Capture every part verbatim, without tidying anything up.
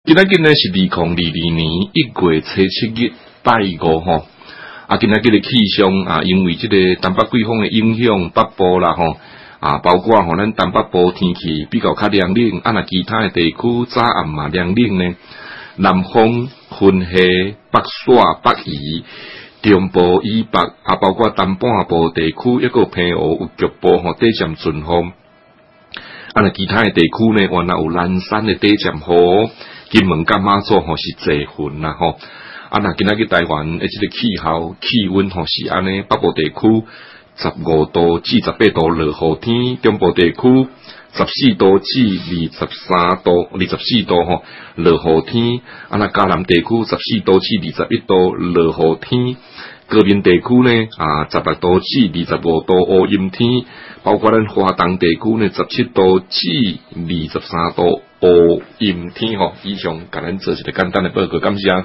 今仔日呢是二零二二年一月初七日拜五吼，啊，今仔日的气象啊，因为这个东北季风的影响，北部啦吼啊，包括吼咱东北部天气比较较凉冷，啊，那其他的地区早暗嘛凉冷呢，南方分下北煞北移，中部以北啊，包括东半部地区一个偏雨，有局部吼短暂阵风。啊，那其他的地区呢，原来有南山的短暂雨，金门甲马祖吼是济云啦吼。啊，那今仔日台湾的这个气候气温吼是安尼，北部地区十五度至十八度落雨天，中部地区十四度至二十三度，二十四度吼落雨天。啊，那嘉南地区十四度至二十一度落雨天。高屏地区呢啊，十六度至二十五度乌阴天，包括咱华东地区呢，十七度至二十三度乌阴天吼。以上甲咱做一个简单的报告，感谢。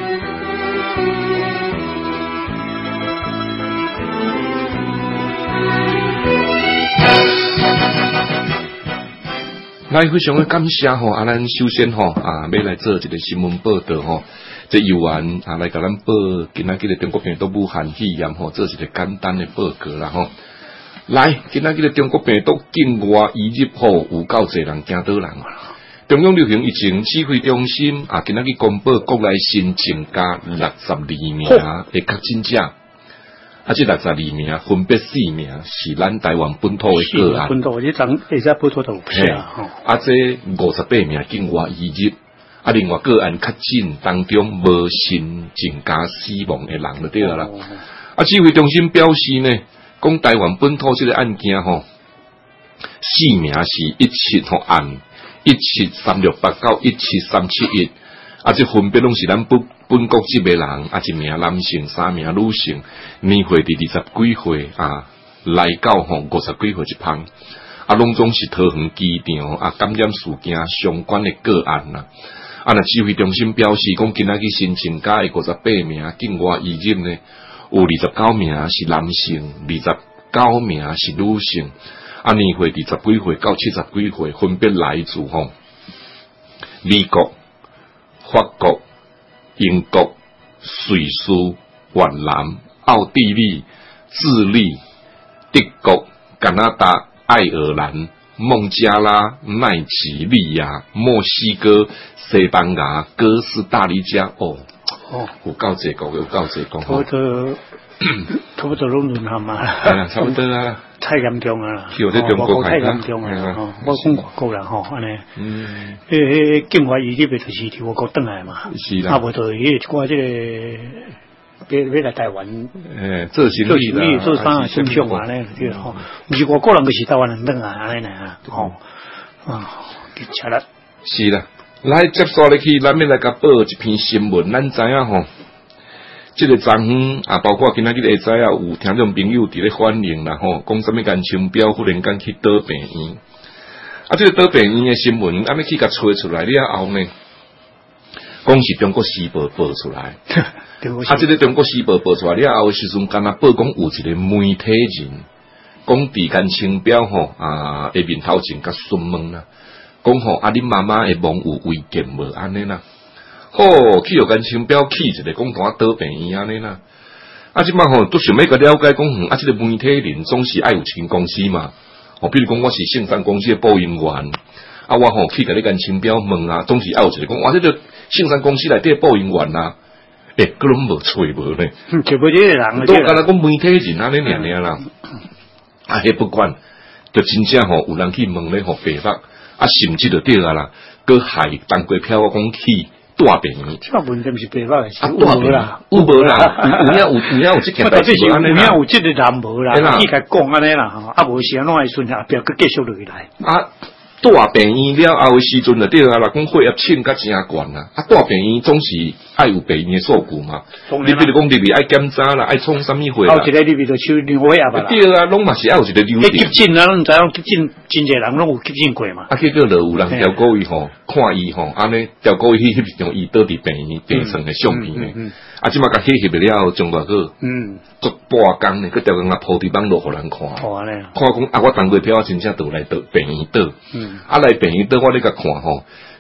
来，非常的感谢吼，啊，咱首先吼啊，要来做一个新闻报道吼。这有缘啊，来甲咱报今仔日的中国病毒武汉肺炎吼，做一个简单的报告啦吼。来，今仔日的中国病毒境外移入吼，有够侪人惊倒人啊！中央流行疫情指挥中心啊，今仔日公布国内新增加六十二名的确诊者，啊，这六十二名分别四名是咱台湾本土的个案， 本土这张会使本土都有啊， 啊，这五十八名境外移入。啊，另外个案确诊当中无新增加死亡的人就对啦。哦、啊，指挥中心表示呢，讲台湾本土这个案件吼，四名是一七吼案，一七三六八九一七三七一，啊，这分别拢是咱本本国籍的人，啊，一名男性，三名女性，年岁伫二十几岁啊，来到吼五十几岁一旁，啊，拢总是桃园机场啊感染事件相关的个案啦。啊！那指挥中心表示，讲今仔日新增加的五十八名境外移入呢，有二十九名是男性，二十九名是女性。啊，年岁伫十几岁到七十几岁，分别来自吼美国、法国、英国、瑞士、越南、奥地利、智利、德国、加拿大、爱尔兰、孟加拉、奈及利亚、墨西哥、西班牙、哥斯达黎加，哦，哦，有够侪国，有够侪国， 差不多，差不多拢沦陷嘛， 系啦，差不多啊， 太严重啊， 去在中国太严重啊，我讲外国人吼，安尼，嗯，迄迄境外移入的就是伫外国转来嘛， 是啦， 啊，无就迄一寡这个。别别来台湾， 诶，做生意啦， 做生意生意嘛咧，对吼。毋是外国人，就是台湾人等啊，安尼啦，吼啊，吃啦。 是啦，来接续落去，咱们来甲报一篇新闻。咱知影吼，这个昨昏啊，包括今仔日下知影有听众朋友伫咧反映啦吼，讲什么间青标忽然间去倒病院，啊，这个倒病院的新闻，安尼去甲吹出来了后呢？讲是中国时报报出来，啊，这个中国时报报出来了后，时阵敢若报讲有一个媒体人，讲伫间青标吼啊，下面头前甲询问啦，讲吼啊，恁妈妈的梦有违建无安尼啦，吼、哦，去有间青标起一个讲单倒病院安尼啦，啊，即摆吼都想要个了解讲，嗯，啊，这个媒体人总是爱有一间公司嘛，哦，比如讲我是信山公司的播音员。啊，我吼去甲你间青标问啊，总是拗一个讲，哇，这个信山公司内底播音员啊，诶、欸，佫拢无吹无呢， 就无这个人， 都敢若讲媒体人安尼尔尔啦，啊，迄不管，就真正吼有人去问咧吼白发，啊，甚至就对啊啦，佫害当过票我讲去大病院， 这问题毋是白发的， 啊，大病啦，有无啦？有影有有影有即件代志安尼啦， 有影有即个人无啦，伊甲讲安尼啦，吼，啊，无时安怎会顺下标佫继续落去来啊。大病院了后的时阵就对啊，若讲血压称较真悬啦，啊，大病院总是爱有病院的数据嘛。你比如讲入去爱检查啦，爱创什么血啦？ 有一个入去就抽尿血啊吧？ 对啊，拢嘛是爱有一个流程。 急诊啊，拢知影急诊，真侪人拢有急诊过嘛。 啊，结果就有人调过伊吼，看伊吼，安尼调过伊翕翕张伊倒伫病院病床的相片呢。啊，即马甲翕翕了，将大个，嗯，足半工呢，佮调工啊铺伫网络互人看。 哦，安尼。 看讲啊，我当过票，真正倒来倒病院倒。嗯。啊，来病院倒我咧甲看吼，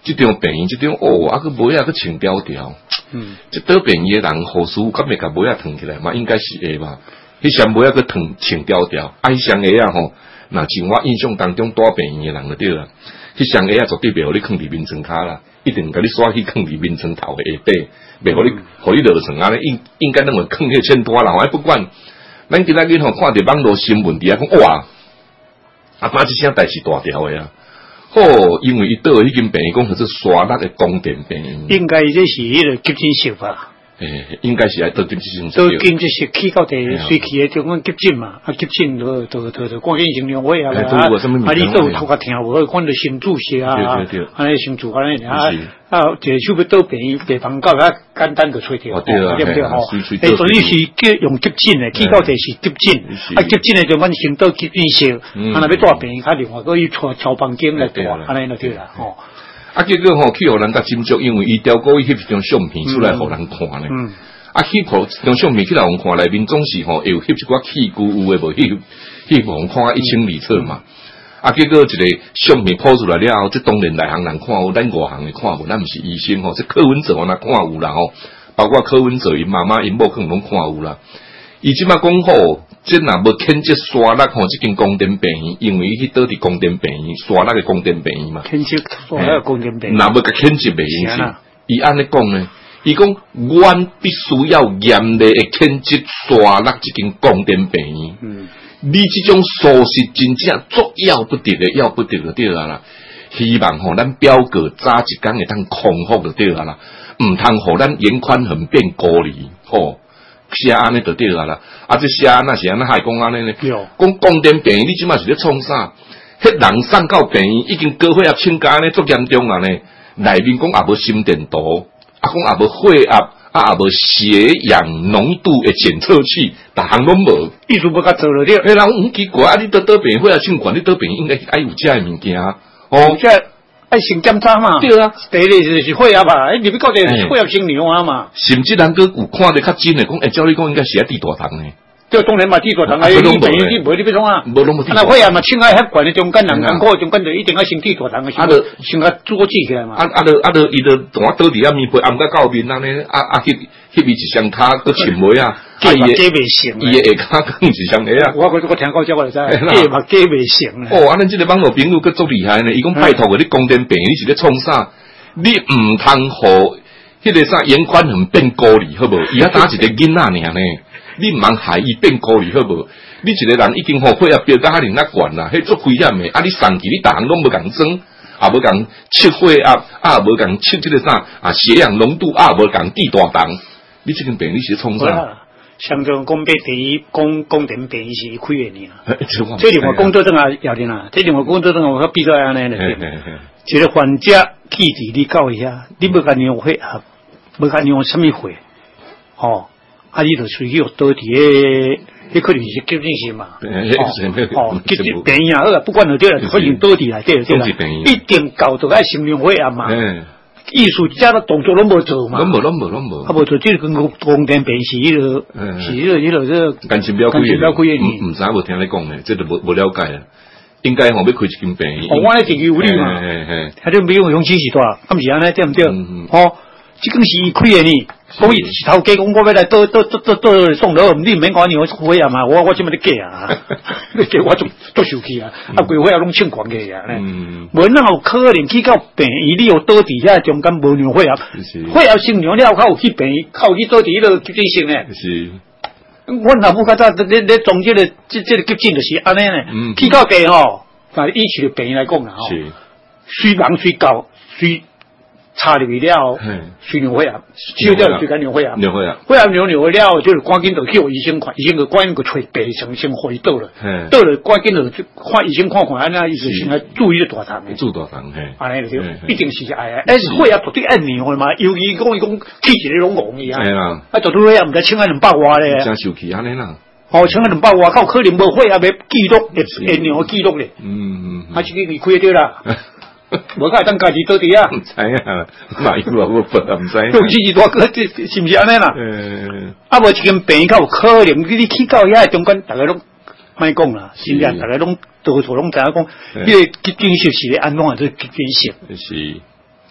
即张病院，即张哦，啊，佮尾啊，佮穿条条。嗯，即倒病院诶人，护士敢会甲尾啊烫起来嘛？应该是会嘛？迄双尾啊，佮烫穿条条，啊，迄双鞋啊吼，若像我印象当中大病院诶人就对啦。迄双鞋啊，绝对袂互你放伫眠床骹啦，一定甲你刷去放伫眠床头诶下底，袂互你，互你落床安尼，应应该认为放迄千多人，哎，不管。咱今仔日吼看着网絡新聞佇啊講哇，阿媽即聲代志大條誒啊！哦，因為伊倒迄間病院講係做沙力嘅宮殿病院，應該這是迄個急診室吧？ 誒，應該是喺倒急診室。 倒急診室起到第隨去嘅，就講急診嘛，啊急診就就就就趕緊診療會啊，啊你倒頭殼聽無，看到心注射啊，安尼心注安尼啊。啊，一個手要倒病院病房到較簡單就吹掉，對不對？吼，誒，所以是叫用急診誒，起到第是急診，啊急診誒就阮先倒急診室，啊若要帶病院，較另外擱去找找房間來帶，安尼就對啦，吼。 啊，結果吼去互人甲斟酌，因為伊調過伊翕一張相片出來互人看咧，啊翕互張相片去互人看內面總是吼會有翕一寡器具有誒無翕翕互人看啊一清二楚嘛。啊，結果一個相片拋出來了後，即當然內行人看有，咱外行嘅看無，咱毋是醫生吼，即柯文哲我若看有啦吼，包括柯文哲因媽媽因某可能攏看有啦。伊即馬講吼，即若無牽涉沙力吼，即間宮殿病院，因為伊去倒佇宮殿病院，沙力嘅宮殿病院嘛。 牽涉沙力嘅宮殿病院。 若無甲牽涉病院是，伊安尼講呢，伊講阮必須要嚴厲嘅牽涉沙力即間宮殿病院。嗯。你這種素食真正足要不得嘅，要不得就對啦啦。希望吼咱表哥早一天會當康復就對啦啦，唔通互咱嚴寬恆變孤立，吼寫安尼就對啦啦。啊，這寫那是安那還講安尼呢？講宮殿病院，你即馬是咧創啥？迄人送到病院已經高血壓傾家安尼足嚴重啊呢？內面講也無心電圖，啊講也無血壓。啊，也無血氧濃度嘅檢測器，逐項攏無， 意思要甲做了啲。 誒，人唔奇怪，啊，你倒倒病，血壓清管，你倒病應該愛有遮嘅物件，哦， 即係愛先檢查嘛。對啊，第一就是血壓嘛，誒，你要到底血壓先量啊嘛。甚至人個有看得較真嘅，講誒，照你講應該是喺地大堂嘅。對，當然嘛，地大堂啊，你病你無你要創啊，無攏無。那血壓嘛，清喺血管嘅中間，人人個中間就一定要先地大堂嘅，先先甲阻止起來嘛。啊啊，就啊就伊就同我倒佇遐面背，暗甲到面安尼，啊啊翕翕伊一雙骹個前尾啊，啊伊嘅伊嘅下骹更一雙個啊。我我我聽講咗我嚟知，假嘛假未成。哦，啊，咱即個網絡朋友佫足厲害呢，伊講拜託個你宮殿病，你是咧創啥？你唔通互迄個啥嚴寬恆變孤立，好無？伊遐打一個囡仔爾呢？你唔通害伊變孤立，好無？你一個人已經互血壓飆到遐爾那懸啦，迄足危險誒！啊，你送去你逐項攏無共裝，也無共測血壓，啊無共測即個啥啊血氧濃度，啊無共地大堂。你即間病你是創啥？像種講俾第一宮宮殿病院是開嘅呢。即係我工作證啊，有啲啦，即係我工作證我比較安尼咧。一個患者氣質你教一下，你無甲量血壓，無甲量什麼血，哦。啊！你就隨去有倒佇誒，迄可能是急診室嘛。哦，急診病院啊，不管哪啲啦，可能倒佇來對對啦。一定搞到愛心量血壓嘛。意思即個動作攏無做嘛。攏無攏無攏無。啊無做，即個宮宮殿病是迄個，是迄個迄個這個。感情表開嘅，唔唔知無聽你講嘅，即係無無了解啊。應該我要開一間病院。哦，我咧自己有理嘛。係係。啊，你唔用用指示大，咁是安尼對唔對？哦。即間是伊開嘅呢，講伊是頭家講我要來倒倒倒倒倒送樓，你唔免講你我血壓嘛，我我即麼啲假啊，你叫我做做受氣啊，啊規血壓攏清光嘅啊，無哪有可能去到病院，你又倒佇遐中間無量血壓，血壓先量了後，有去病院，靠去倒佇迄個急診室呢。是，我若冇較早咧咧從即個即即個急診就是安尼呢，去到地吼，但以前嘅病院來講啦，吼，隨人隨狗隨。插入去了，水量血壓，少掉最緊量血壓，量血壓，血壓量量了，就是趕緊就去醫生看，醫生就趕緊就找病床先回倒了，倒了趕緊就看醫生看看，安那意思先來注意個大堂，注大堂，嘿，安尼就一定是哎，哎血壓絕對按量的嘛，尤其講伊講氣一個攏戇伊啊，啊就對血壓唔知清啊兩百瓦咧，真受氣安尼啦，哦清啊兩百瓦，靠可能無血壓要記錄，按量嘅記錄咧，嗯嗯，啊這個你開對啦。無解當家己倒佇啊！唔知啊，買過啊，我不唔知。用自己大哥，這是唔是安尼啦？嗯。啊，無一間病院較有可能，你你去到遐中間，大家攏莫講啦，是啊，大家攏到處攏知影講，呢個急診室是咧安怎啊？做急診室。是。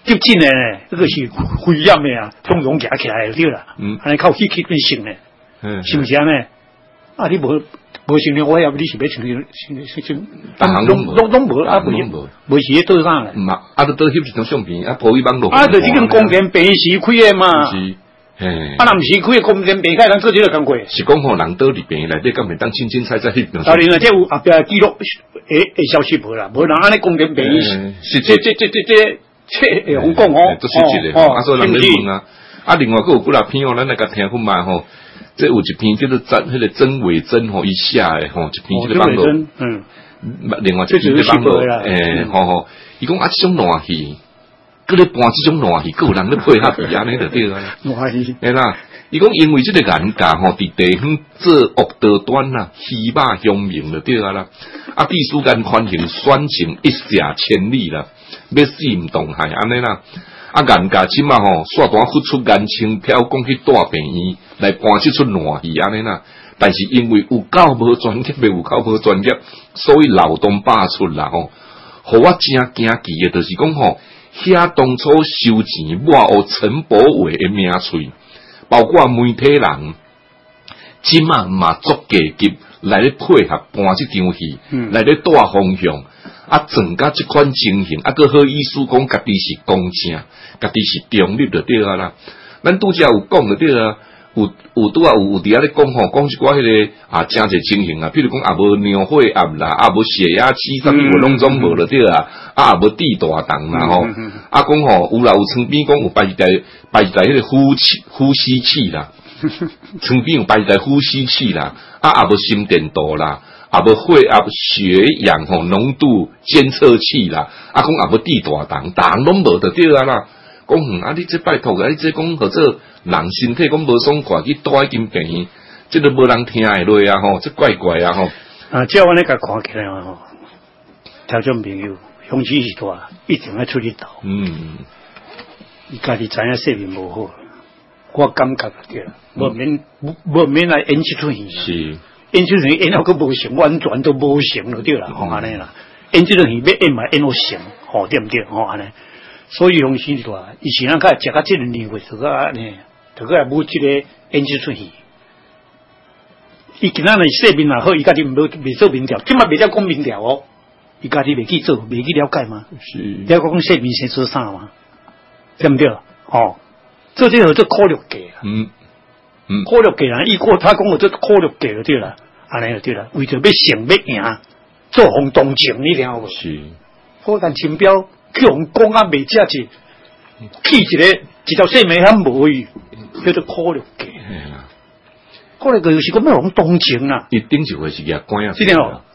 就真诶呢，这个是灰暗诶啊，从容夹起来就对啦。嗯，安尼靠气气变成诶，嗯，是不是安尼？啊，你无无成了，我也不你是要成成成成， 但拢拢拢无啊，无无是喺倒啥咧？ 唔啊，啊都倒翕一张相片，啊鋪伊網絡。 啊，就即間公田平時開誒嘛。是。嘿，啊，若毋是開公田平開，咱做這個工過。 是講吼，人倒佇邊內底，敢會當清清彩彩翕張。 當然啦，即有後壁記錄，會會消息無啦，無人安尼公田平。是這這這這這這會紅講哦。 都是一個吼，啊，所以人咧問啊，啊，另外佫有幾若篇哦，咱來甲聽看嘛吼。這有一篇叫做曾，迄個曾偉珍吼，伊寫誒吼，一篇即個網絡，嗯，另外一篇即個網絡，誒，吼吼，伊講啊，即種爛戲，佮咧搬即種爛戲，佮有人咧配合伊安尼就對啦。爛戲，係啦，伊講因為即個顏家吼，佇地方做惡道端啦，戲馬鄉民就對啦，啊，秘書間款行選情一瀉千里啦，要死毋動害安尼啦。啊，顏家即嘛吼，煞單付出顏情票，講去大病院來搬即出爛戲安尼啦。但是因為有夠無專業，有夠無專業，所以漏洞百出啦吼。互我真驚奇嘅，就是講吼，遐當初收錢抹黑陳寶偉嘅名喙，包括媒體人，即嘛嘛足價級來咧配合搬即場戲，嗯、來咧帶方向。啊，整甲即款情形，啊，閣好意思講家己是公正，家己是中立就對啊啦。咱拄則有講就對啊，有有拄啊有有佇遐咧講吼，講一寡迄個啊，真儕情形啊，譬如講啊，無尿血壓啦，啊，無血壓器，啥物無攏總無就對啊，啊，無地大動啦吼，啊，講吼有啦，有床邊講有擺一台擺一台迄個呼氣呼吸器啦，床邊有擺一台呼吸器啦，啊，啊，無心電圖啦。啊，無血壓、血氧吼濃度監測器啦，啊，講啊無地大動，動攏無就對啊啦。講嗯，啊，你這拜託啊，你這講或者人身體講無爽快去帶進病院，這都無人聽會落啊吼，這怪怪啊吼。 啊，即係我呢個看起來吼，聽眾朋友，雄起是大，一定要出去鬥。嗯，伊家己知影說明無好，我感覺對啦，無免無免來演這出戲。是。演這場戲演到佢無成，完全都無成就對啦，吼安尼啦。演這場戲要演嘛演到成，吼對毋對？吼安尼。所以雄起是大，以前咱較食較即個年歲，就個安尼，就個冇即個演這出戲。伊今仔日說明也好，伊家己毋要未做明調，即馬未了講明調哦。伊家己未去做，未去了解嘛。是。了解講說明先做啥嘛？對毋對？吼，做這個做考慮計啦。嗯。嗯，考慮計啦，伊過他講我做考慮計就對啦，安尼就對啦。為着要勝要贏，做紅動情，你聽有無？是。好，但情標去紅講啊，未正是起一個一條線尾很無語，叫做考慮計。係啦，考慮計就是講要紅動情啦。一定就會是個關啊。是點哦？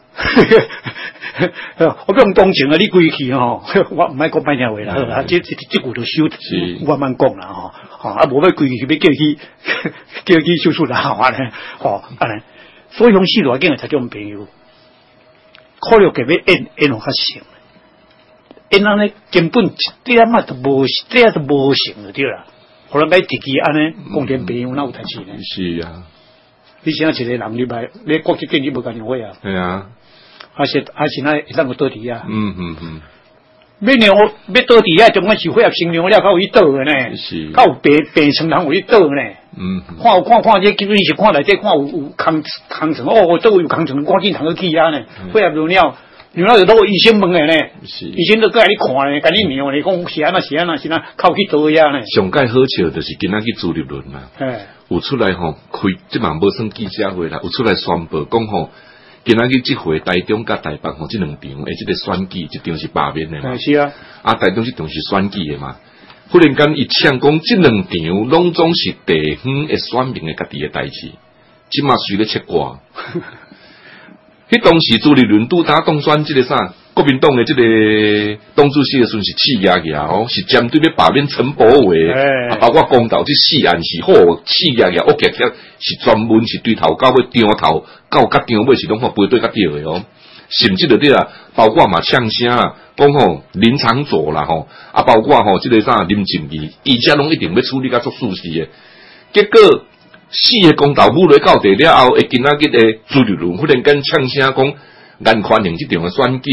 我不用動情啊，你歸去吼，我唔愛講歹聽話啦。啊，這這這句就收，我慢講啦吼。吼，啊，無要歸去，要叫去叫去手術啦，吼安尼，吼安尼。所以雄起大囝才叫朋友，考慮計要演演互較成，演安尼根本一點仔都無，一點都無成就對啦。互人家自己安尼講點朋友哪有代志呢？是啊，你想一個人入來，你國際電影無干電話啊？係啊。還是還是那會當個倒底啊？嗯嗯嗯。要讓我要倒底啊，總歸是血壓升量了，較有去倒嘅呢。是。較有病病床通有去倒呢。嗯。看有看看這基本是看內底看有有空空床哦，倒有空床，趕緊通去啊呢。血壓量了，然後就到醫生問嘅呢。是。醫生都過來你看呢，甲你量呢，講是安那是安那是安，靠去倒呀呢。上屆好笑就是今仔去朱立倫嘛。係。有出來吼開，即嘛無算記者會啦，有出來宣布講吼。今仔日即回台中甲台北吼，即兩場誒，即個選舉，即場是罷免誒嘛。是啊，啊台中即場是選舉誒嘛。忽然間伊搶講，即兩場攏總是地方誒選民誒家己誒代志，即馬隨咧切掛。迄當時朱立倫拄打當選即個啥，國民黨誒即個黨主席誒陣是氣壓壓哦，是針對要罷免陳柏惟，啊包括公投即四案是好氣壓壓，我夾夾是專門是對頭到尾張頭到甲張尾是攏好背對甲對誒哦，甚至着啲啊，包括嘛嗆聲啦，講吼林昶佐啦吼，啊包括吼即個啥林靜儀，而且攏一定要處理甲足事實誒，結果。四個公投舞落到地了後，會今仔日誒朱立倫忽然間嗆聲講，顏寬恆即場誒選舉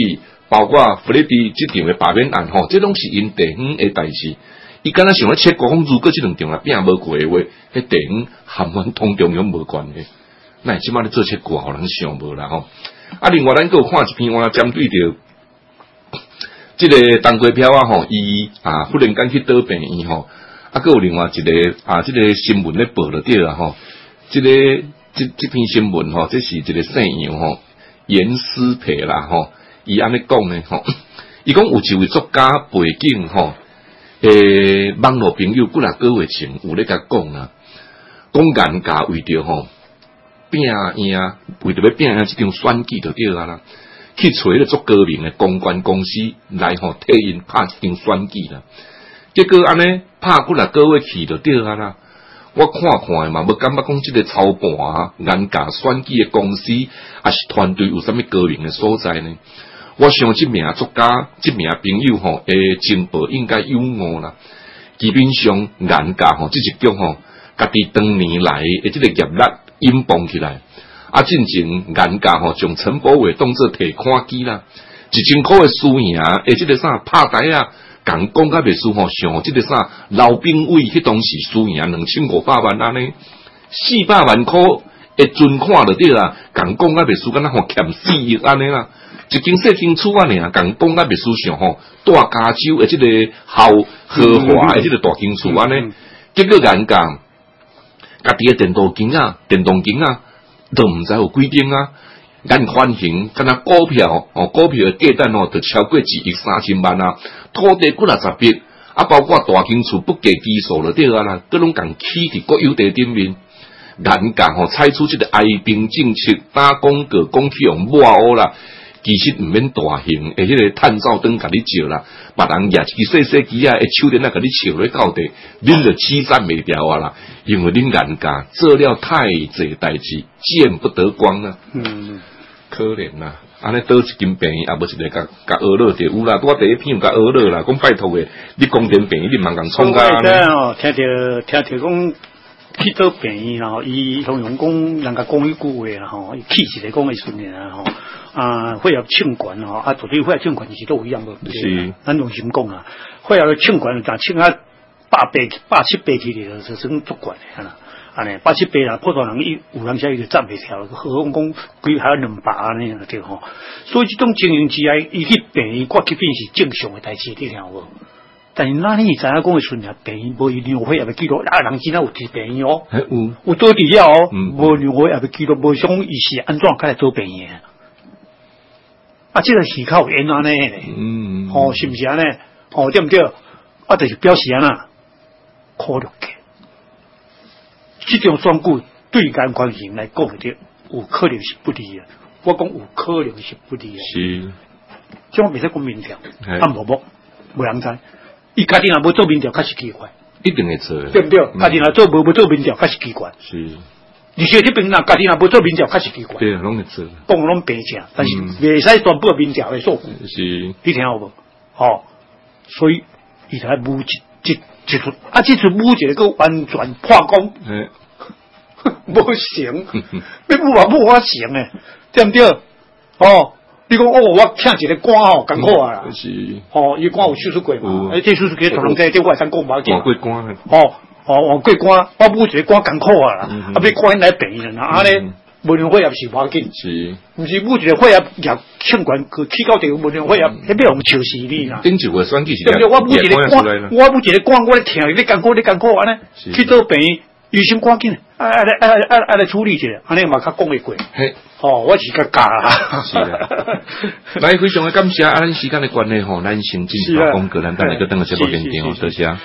包括弗雷迪这场的罢免案吼，这拢是因地方的代志。伊敢若想要切国防如果这两场啊拼无过的话，迄地方含阮通中央无关系。那即马咧做切国互人想无啦吼。啊，另外咱阁有看一篇话，针对着即个当归票啊吼，伊啊忽然间去倒病院吼，啊，阁有另外一个啊，即、这个新闻咧报了对啦吼。即、这个即即篇新闻吼，这是一个姓杨吼，严思培啦吼，伊安尼讲咧吼，伊讲有一位作家背景吼。诶，网络朋友几若个月前有咧甲讲啊，讲颜家为着吼拼赢，为着要拼赢即场选举就对啊啦，去找咧足高明诶公关公司来吼替因拍即场选举啦。结果安尼拍几若个月去就对啊啦。我看看诶嘛，要感觉讲即个操盘啊，颜家选举诶公司也是团队有啥物高明诶所在呢？我想即名作家，即名朋友吼，诶，情报应该有误啦。基本上，颜家吼，即一局吼，家己当年来诶，即个业力引爆起来。啊，进前颜家吼，将陈柏惟当作提款机啦，一千箍诶输赢，诶，即个啥拍台啊，共讲甲袂输吼，像即个啥老兵委迄当时输赢两千五百万安尼，四百万箍诶存款就对啦，共讲甲袂输，敢若吼欠四亿安尼啦。一间小间厝啊，尔共讲甲秘书上吼，大加州诶，即个豪豪华诶，即个大间厝安尼，结果颜家家己诶电动机啊，电动机啊，都毋知有几点啊，按反型，敢若股票哦，股票诶价值哦，就超过一亿三千万啊，土地几若十笔，啊，包括大间厝不计基数了对啊啦，都拢共起伫国有地顶面。颜家吼采取即个哀兵政策，打广告讲起用抹黑啦。其實毋免大型，誒，迄個探照燈甲你照啦，別人也一支細細機啊，誒，手電啊，甲你照咧到底，恁就欺詐袂掉啊啦，因為恁顏家做了太濟代志，見不得光啊。嗯，可憐啦，安尼倒一間病院，也無一個甲甲學樂着有啦，我第一篇有甲學樂啦，講拜託誒，你公田病院你茫共創甲安尼。哦，聽着聽着講去倒病院啦，吼，伊通用講人家講一句話啦，吼，氣勢嚟講會順嘅啦，吼。啊，會有慶管吼，啊，絕對會有慶管是都有一樣嘅。是，咱用心講啊，會有慶管，但慶啊八倍、八七倍起嚟就算足管嘅啦。安尼八七倍啦，普通人伊有人寫伊就站袂條，何況講幾還有兩百安尼對吼。所以這種情形之下，伊去病院掛急診是正常嘅代志，你聽無？但是哪裡知影講嘅順啊，病院無尿血也袂記錄，啊人真係有治病院哦，有有倒治了哦，無尿血也袂記錄，無想伊是安怎開來做病院。啊，這個是靠緣安尼咧，嗯，吼、哦，是毋是安尼？吼、哦，對毋對？啊，就是表示安那可能嘅，這種選舉對顏關係來講嘅，有可能是不利嘅。我講有可能是不利嘅。是，即我未使講民調，啊無無，無人知。伊家己若無做民調，較是奇怪。一定會做，對毋對？家己若做無無做民調，較是奇怪。是。而且這邊嗱，家己若無做民調，較是奇怪。對，攏會做。講攏白正，但是袂使全部民調嘅數。是。你聽有無？吼，所以伊才舞一一一出，啊，這出舞一個完全破功，無成，你舞也無法成誒，對毋對？哦，你講哦，我聽一個歌吼，艱苦啊啦。是。吼，伊歌有手術過嘛？誒，這手術過同人這這我會使講無要緊。過關。吼。哦，我過關，我舞一個關艱苦啊啦，啊，要關來病人啊，安尼無尿血也是無要緊，是，毋是舞一個血也也慶管去起到地無尿血也，迄要用笑死你啦。頂一個選舉是，對不對？我舞一個關，我舞一個關，我咧聽你艱苦，你艱苦安尼，去到病院，醫生趕緊，啊啊啊啊啊來處理一下，安尼嘛較講會過。嘿，哦，我是較假啦。是啊，來非常嘅感謝，啊，咱時間嘅關係吼，咱先進入廣告，咱等下個等個節目現場，多謝。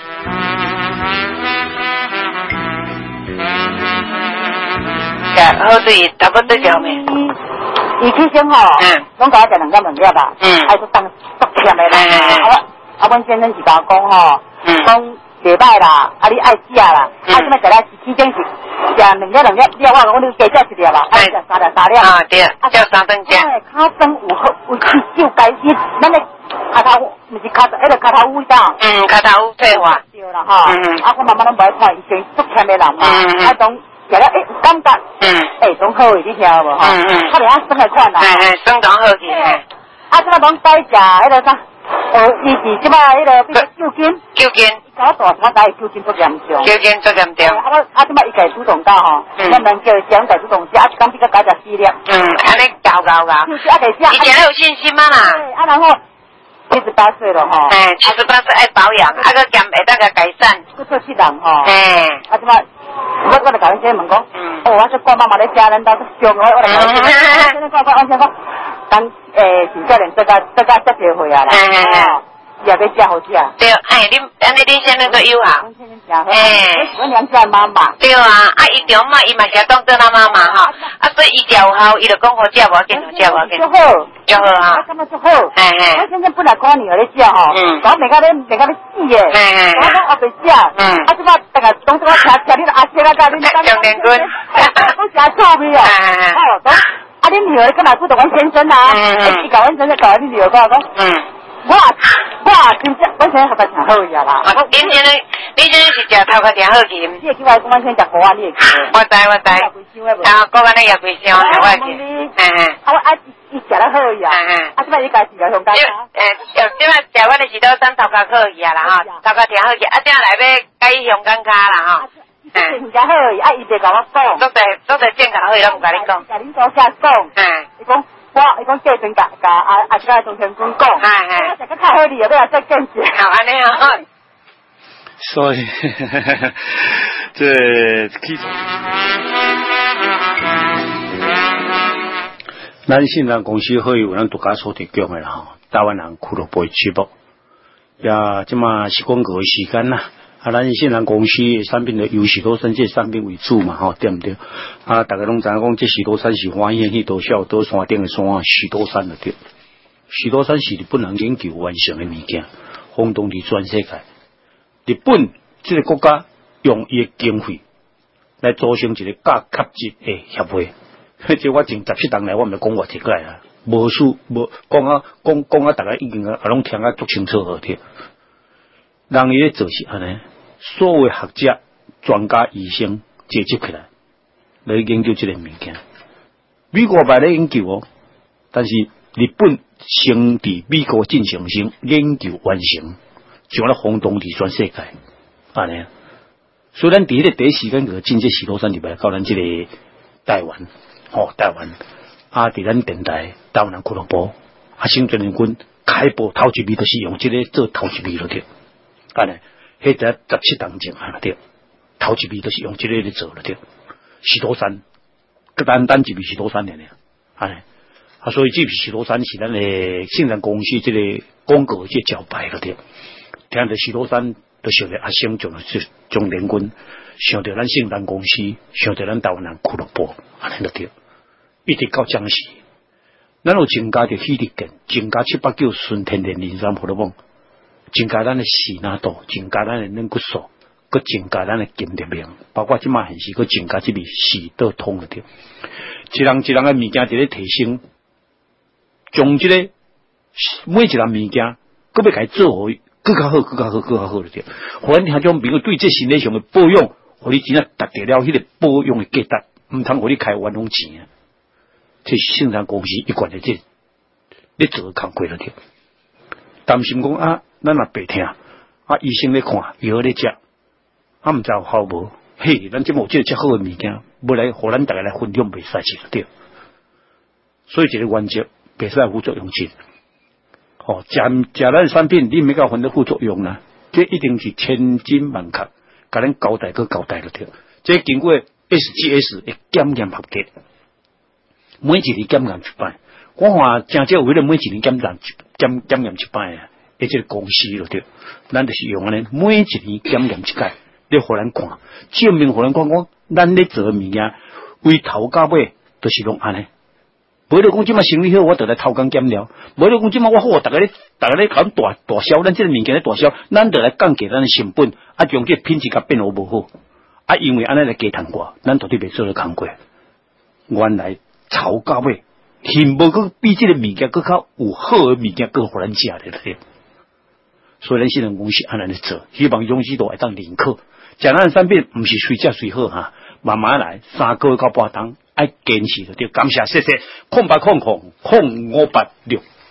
好對，差不多條命。伊起先吼，嗯，攏甲我食兩個問了吧，嗯，還是當足甜的啦。啊，啊，阮先生是甲我講吼，嗯，講禮拜啦，啊，你愛食啦，啊，什麼食啦？起先是食兩個兩個，你話我講你加食一粒吧，啊，食三粒三粒。啊，對，叫三頓食。哎，卡頓有好有去少介啲，咱個卡頭唔是卡，迄個卡頭烏噻。嗯，卡頭烏退化。對啦，哈。嗯。啊，我慢慢攏唔愛看，以前足甜的人嘛，啊，種。食了誒，感覺，嗯，誒，總好誒，你聽有無？嗯嗯，他哋啊，生來看啦，誒誒，生長好去， 啊，即摆拢改食迄个啥？哦，伊是即摆迄个比如酒精， 酒精， 搞大我知酒精足严重， 酒精足严重。 啊，我啊，即摆伊家主动到吼，咱能叫伊讲家主动食，啊，一讲比较改食四粒。 嗯，安尼搞搞搞。 就是啊，家食。以前还有信心嘛啦。 对，啊，然后七十八岁了吼。 哎，七十八岁爱保养，啊个减会当个改善。 去做七人吼。 哎。 啊，即摆。我我就甲阮姐问讲，哦，我说我妈妈咧食，咱兜足凶，我我就甲阮姐，现在我我我先讲，当诶是教练做甲做甲足侪岁啊啦，哦，也要食好食。 对，哎，恁安尼恁先生都有啊？ 阮先生食好，哎，阮娘家妈妈。 对啊，啊伊中嘛，伊嘛是当做咱妈妈哈，啊所以伊食有效，伊就讲好食无要紧，好食无要紧。足好，足好啊。我感觉足好。嘿嘿。我先生本来看女儿咧食吼，嗯，讲袂甲咧袂甲咧死诶，嘿嘿。我讲后袂食，嗯，啊即摆大家当作我吃吃恁阿姐啦，甲恁当两年棍，我食臭味哦，哦，讲啊恁女儿干嘛顾着阮先生啊？嗯，伊甲阮先生甲阮女儿讲讲，嗯。我我真正我现在头壳挺好呀啦。 你现在你现在是食头壳挺好去？ 你会叫我讲我先食锅碗，你会记？ 我知我知。啊，锅碗你也会想，我会记。嗯嗯。啊我啊伊食得好呀。嗯嗯。啊，即摆伊家是个上家。 诶，即摆食我的是到咱头壳好去啊啦哈，头壳挺好去，啊，正来要改香港卡啦哈。嗯。 真正好，啊伊袂甲我讲。 做对做对健康好，伊拢唔甲你讲。 甲恁多下讲。嗯。伊讲。我伊讲叫阵甲甲啊啊即个中天官讲，我食个较好哩，要来再见识。 好安尼啊。 所以，这其实，咱信任公司可以有咱独家所提供的啦吼，台湾人俱乐部节目，也即嘛是广告的时间啦。啊，咱信任公司产品的由许多生这产品为主嘛，吼，对不对？啊，大家拢知影讲，这许多山是欢喜去多少多山顶的山，许多山就对。许多山是日本人研究完成的物件，轰动伫全世界。日本这个国家用伊的经费来组成一个甲cấp级的协会，即我前十七档来，我毋是讲话提过来啊，无数无讲啊讲讲啊，大家已经啊拢听啊足清楚好听。人伊咧做是安尼。所有学者、专家、医生聚集起来来研究这个物件。美国也咧研究哦，但是日本先伫美国进行先研究完成，就咧轰动伫全世界，安尼。虽然伫迄个第一时间个进这许多山入来到咱这个台湾，吼、哦、台湾啊，伫咱电台台湾人俱乐部啊，新专人军开播头一味都是用这个做头一味了对，安尼。迄只十七档前啊对，头一味都是用这个咧做了对，许多山，个单单一味许多山的呢，安尼啊，所以这味许多山是咱的信任公司这个广告这招牌了对，听着许多山都想着阿星种是种联军，想着咱信任公司，想着咱台湾人俱乐部，安尼了对，一直到江西，咱有增加着体力健，增加七八九顺天然磷酸葡萄泵。增加咱的洗纳度，增加咱的软骨素，佮增加咱的筋力量，包括即马现时佮增加即味洗得通了对。一人一人的物件伫咧提升，将即、这个每一人物件，佮要甲伊做好，更较好，更较好，更较好了对。互咱听种朋友对这身体上的保养，互你真正达得了迄个保养的价值，毋通互你开冤枉钱啊！这是信任公司一贯的这咧做工课了对。担心讲啊。咱若白听，啊医生咧看，药咧食，啊毋知有效无？嘿，咱即无即个遮好诶物件，要来互咱大家来分享，袂使是对。所以一个原则，袂使副作用性。哦，食食咱产品，你毋要分到副作用啦，这一定是千真万确，甲咱交代个交代就对。这经过 S G S 的检验合格，每一年检验一摆。我看真少有迄个每一年检验检检验一摆啊。诶，这个公司咯对，咱就是用安尼，每一年检验一届，你互咱看，证明互咱看讲，咱咧做诶物件，为头到尾都是拢安尼。无咧讲即马生意好，我得来偷工减料；无咧讲即马我好，大家咧，大家咧搞大大销，咱即个物件咧大销，咱得来降低咱诶成本，啊，将这品质甲变好无好，啊，因为安尼来加谈过，咱到底袂做咧工过。原来头到尾，幸无佫比即个物件佫较有好诶物件佫互咱食咧对。所以咱信任公司安尼咧做，希望勇士都会当认可。食咱产品毋是随食随好哈，慢慢来，三个月到半冬，爱坚持就对。感谢谢谢，空八空空空五八六。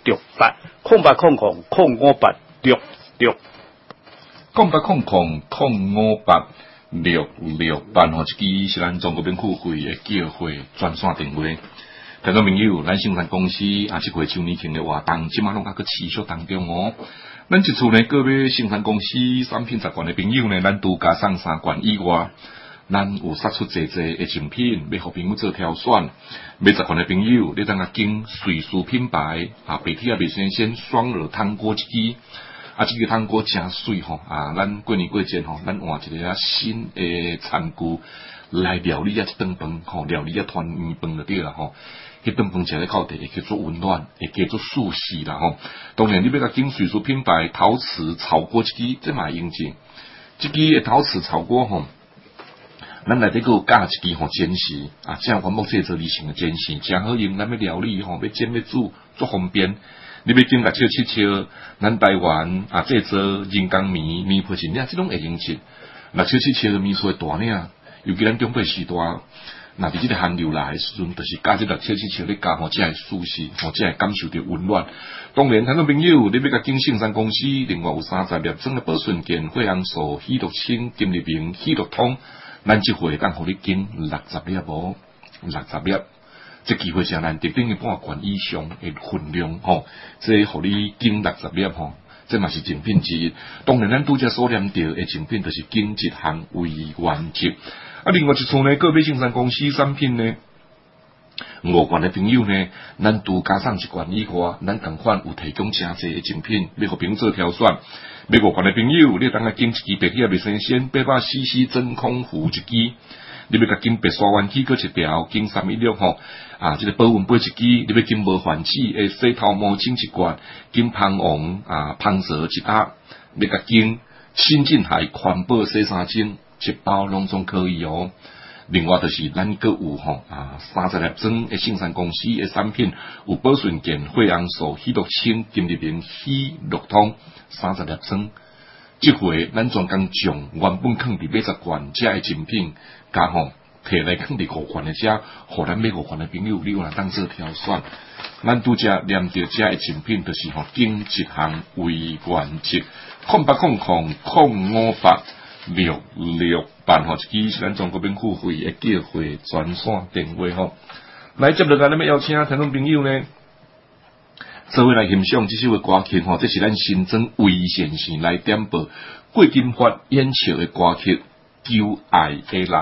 六八，空八空空空五八六六， 空八空空空五八六六八吼，一支是咱中国民富会的叫会专线电话。听众朋友，咱生产公司啊，这回周年庆的活动，即马拢还佫持续当中哦。咱即厝呢，各位生产公司产品习惯的朋友呢，咱独家送三罐以外，咱有杀出济济的精品，要互朋友做挑选。买十罐的朋友，你当啊经瑞士品牌啊，白铁啊白先生双耳汤锅一支。啊，这个汤锅真水吼！啊，咱过年过节吼，咱换一个啊新的餐具来料理啊一顿饭吼，料理啊团圆饭就对啦吼。迄顿饭食咧靠地会叫做温暖，会叫做舒适啦吼。当然，你要甲金水素品牌陶瓷炒锅一支，这嘛用钱。这支的陶瓷炒锅吼，咱内底佫有加一支吼煎匙啊，这样环保制造理性的煎匙，真好用。咱要料理吼，要煎要煮，足方便。你要经甲笑七笑，咱台湾啊制造人工棉棉被一领，即种会用钱。若笑七笑棉絮大领，尤其咱中辈时代。那伫即个寒流来的时阵，就是加即个笑七笑咧加吼，才会舒适，吼才会感受到温暖。当然，听众朋友，你要甲经信商公司，另外有三十粒装的保顺健、惠阳素、喜乐清、金利平、喜乐通，咱即回敢互你经六十粒无？六十粒，这机会是咱特定的半罐以上的分量吼，这互你经六十粒吼。这嘛是精品之一。当然，咱拄则所念到的精品，就是经一项为原则。啊，另外一处呢，个别生产公司产品呢，五罐的朋友呢，咱独加上一罐以外，咱同款有提供真济的精品，要互朋友做挑选。买五罐的朋友，你当个经一支白铁未生鲜八百 C C 真空壶一支，你要甲经白沙湾起个一条，经三一六吼啊，这个保温杯一支，你要经无换气的洗头毛巾一罐，经芳王啊芳泽一盒，要甲经新进海环保洗衫精。一包拢总可以哦。另外就是咱个有吼啊，三十粒装的生产公司的产品，有保顺健、惠阳素、喜乐清、金利平、喜乐通三十粒装。这回咱专工将原本放伫八十罐遮的精品，加吼摕来放伫五罐的遮，互咱买五罐的朋友，你有来当做挑选。咱拄则念到遮的精品，就是吼经一项为原则，空八空空空五八。六六八吼，一支是咱中国民富会的叫会专线电话吼。来接落来，咱要邀请听众朋友呢，做伙来欣赏这首的歌曲吼，这是咱新增魏先生来点播郭金发演唱的歌曲《旧爱的人》。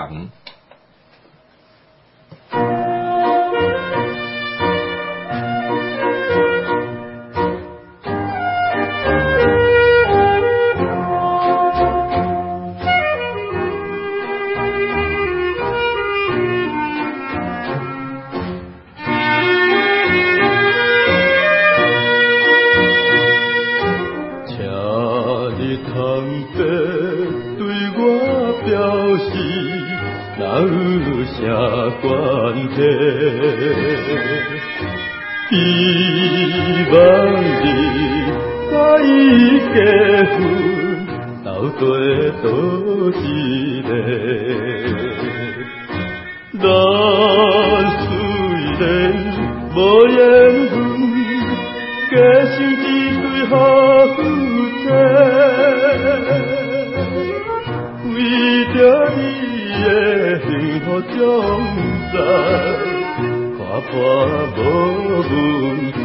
希望你甲伊结婚，斗地倒一个。咱虽然无缘分，加上一对好夫妻，为着你的幸福将在。看破无问题，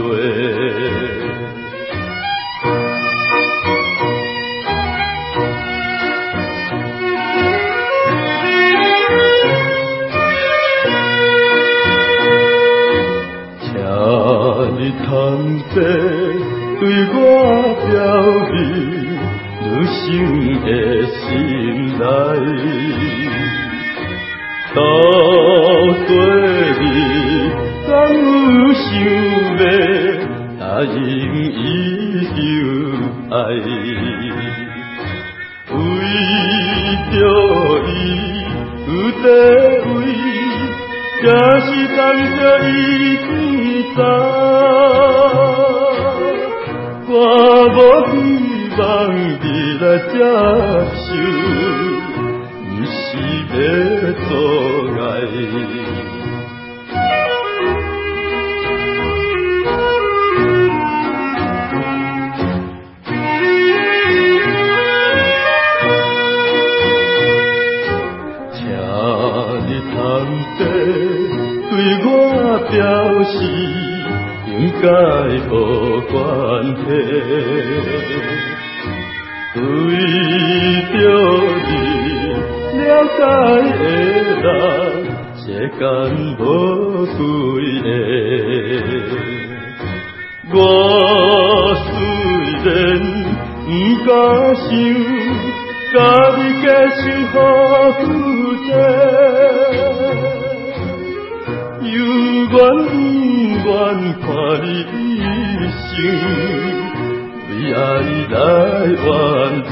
请你通得对我表明你心的心内。到底你敢有想要答应伊就爱？为着伊有地位，也是当着伊天灾。我无希望你来接受。要做爱， 我表示应该无关系，为着你了解的人，这间无几个。我虽然不敢想，甲你结成好夫妻，有缘不愿看你一生为爱来怨罪。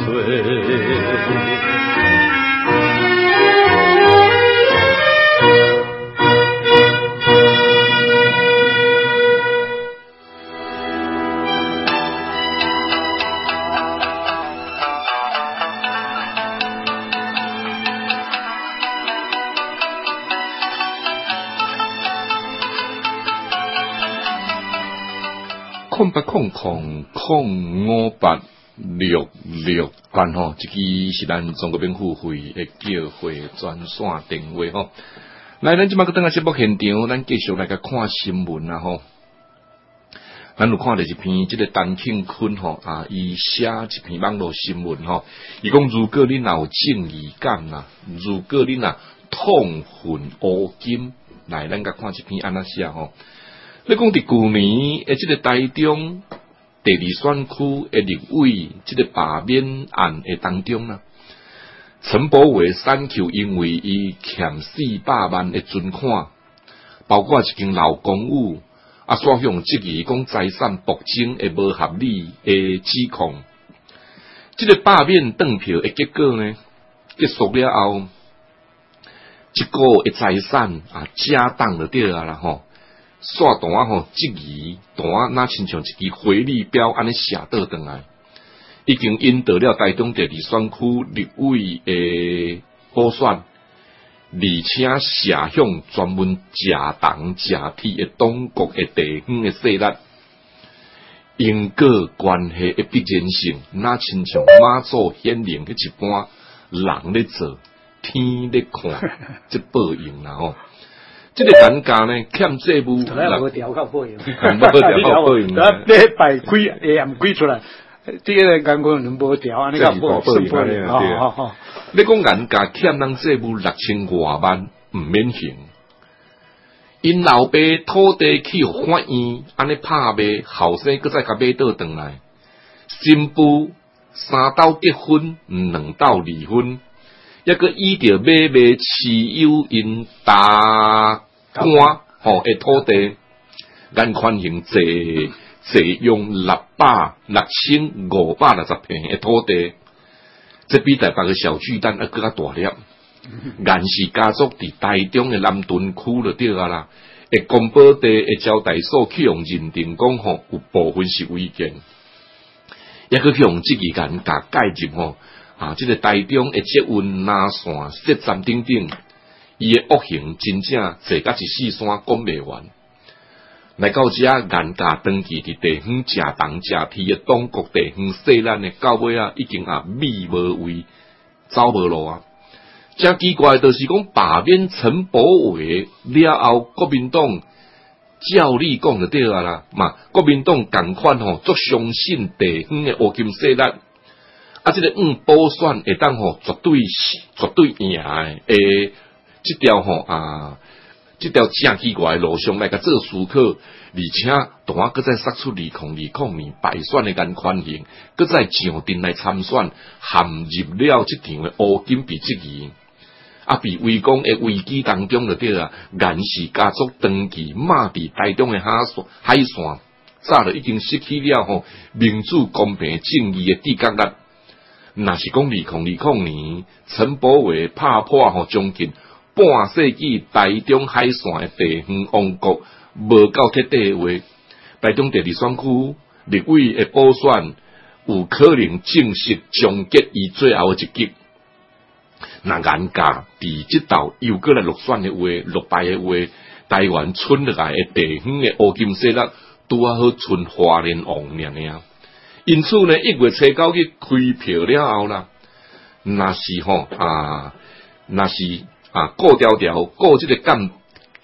空八空空空五八六六班吼，这支是咱中国民妇会的叫会专线电话吼。来，咱即马个等下节目现场，咱继续来个看新闻啊吼。咱有看到一篇即个陈庆坤吼啊，伊写一篇网络新闻吼，伊讲如果你若有正义感啦，如果你若痛恨乌金，来，咱甲看一篇安那写吼。你讲伫去年诶，即个台中第二选区诶立委即个罢免案诶当中啦，陈柏惟三 Q 因为伊欠四百万诶存款，包括一间老公寓，啊，所向质疑讲财产暴增诶无合理诶指控。即个罢免转票诶结果呢，结束了后，一个诶财产啊加当就对啊啦吼。刷单吼，质疑单那亲像一支回力镖安尼射倒转来，已经引得了台中第二选区立委诶补选，而且射向专门食党食铁诶党国诶地方诶势力，因果关系诶必然性，那亲像马祖显灵迄一般，人咧做，天咧看，即报应啦吼。这个单价呢，欠债务， 无调到报应， 无调到报应。 你摆开也唔开出来，这个人讲讲能无调啊？你讲报报应啊？好好， 你讲单价欠人债务六千多万，唔免刑。因老爸土地去互法院，安尼拍卖，后生搁再甲买倒转来，新妇三斗结婚，两斗离婚。抑个依着买卖持有因大官吼诶土地，按款刑坐坐用六百六千五百六十平诶土地，这比台北诶小巨蛋还更加大粒。原是家族伫台中诶南屯区就对啊啦，诶公保地诶交代所去用认定讲吼有部分是违建，抑个去用即个间甲介入吼。啊！即、這个台中诶捷运拉线、设站等等，伊诶恶行真正坐甲一四山讲袂完。来到遮严加登记伫地方食东食铁诶党国地方势力诶，到尾啊已经啊米无位，走无路啊！真奇怪，就是讲罢免陈柏惟了后，国民党照理讲就对啊啦嘛，国民党共款吼，足相信地方诶乌金势力。啊！即、這個五補選會當吼絕對是絕對贏誒，誒，即條吼啊，即條正奇怪誒路上來甲做思考，而且同我擱再殺出二零二零年敗選誒眼寬刑，擱再上陣來參選，陷入了即場誒烏金被質疑，啊，被圍攻誒危機當中就對啊，顏氏家族長期馬佇台中誒海線海線，早就已經失去了吼民主公平正義誒底角力。若是講二零二零年，陳柏惟拍破吼將近半世紀台中海線嘅地方王國，無夠鐵底話，台中第二選區立委嘅補選有可能正式終結伊最後嘅一擊。若顏家佇即道又過來落選嘅話，落敗嘅話，台灣村落來嘅地方嘅烏金勢力拄啊好剩花蓮王爾爾。因此呢，一月初九日開票了後啦，若是吼啊，若是啊，顧條條顧即個監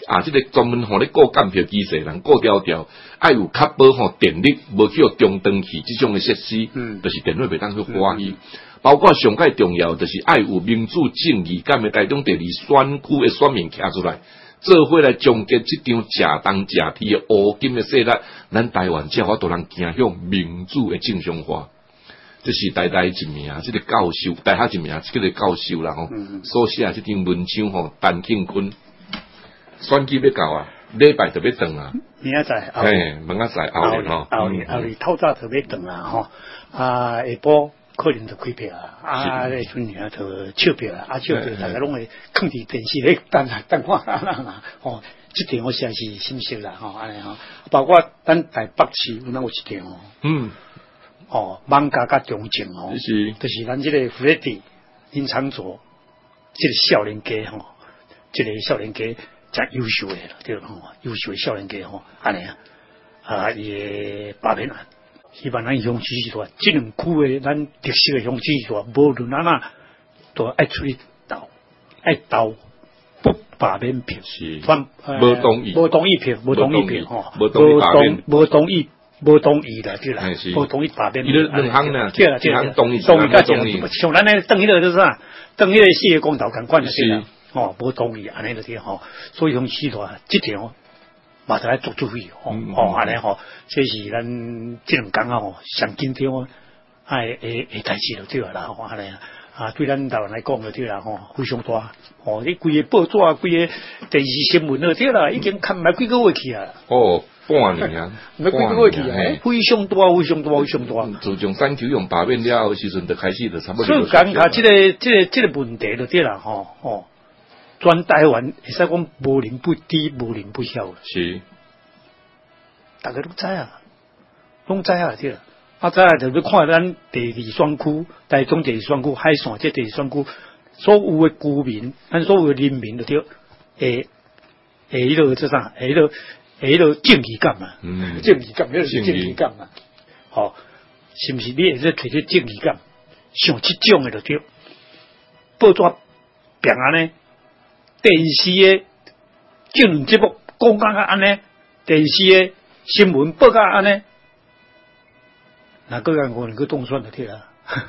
啊，即、這個專門吼咧顧監票機制，人顧條條，愛有確保吼電力無去互中斷去即種嘅設施，嗯，就是電費袂當去花去。嗯、包括上界重要，就是愛有民主正義感嘅台中第二選區嘅選民徛出來，做伙來終結即場假當假鐵嘅烏金嘅勢力，咱台灣才法度通行向民主嘅正常化。這是代代一名，即、這個教授，代下一名，即、這個教授啦吼，嗯、所寫即張文章吼，陳慶坤。選舉要到啊，禮拜就要轉啊。明仔載，嘿，明仔載後日吼， 後日後日透早就要轉啊吼。啊，下晡可能就開票啊，啊，咧陣爾就唱票啊，啊，唱票大家攏會放佇電視咧等等看啦，吼，即場我實在是心息啦，吼，安尼吼，包括咱台北市有哪有一場哦，嗯，哦，艋舺甲中正哦，是，就是咱即個弗雷迪林長佐，即個少年家吼，即個少年家。真優秀嘅啦，對吼，優秀嘅少年家吼，安尼啊，啊，伊嘅罷免案，希望咱鄉支持團，即兩區嘅咱特色嘅鄉支持團，無論安那都愛出去鬥，愛鬥不罷免票，是，反無同意，無同意票，無同意票吼，無同無同意，無同意啦，對啦，無同意罷免票，兩項呢，對啦，對啦，同意，同意甲同意，像咱咧等迄個就是啥，等迄個四個公投共款就是啦。哦，無同意安尼就啲吼，所以講市團即條嘛就喺做注意吼，吼安尼吼，這是咱即兩工啊吼上緊張啊誒誒誒代志就對啦，吼安尼啊，啊對咱台灣來講就對啦吼，非常大，吼你規個報紙啊，規個電視新聞就對啦，已經看唔係幾個月去啊。哦，半年啊，唔係幾個月去啊，非常大，非常大，非常大。 自從三球用罷免了後時陣，就開始就差不多。 所以講下即個即個即個問題就對啦，吼吼。全台灣會使講無人不知，無人不曉。是，大家都知啊，攏知啊，對啦。啊，知啊，就要看咱第二選區、台中第二選區、海線即第二選區所有嘅居民，咱所有嘅人民就對，誒誒，迄個即啥，誒迄個誒迄個正義感啊，嗯，正義感，迄個是正義感啊。吼，是毋是？你會使摕啲正義感，像即種嘅就對，報紙平安呢？電視嘅節目節目講講啊安尼，電視嘅新聞報告安尼，嗱個人我能夠當選就對啦。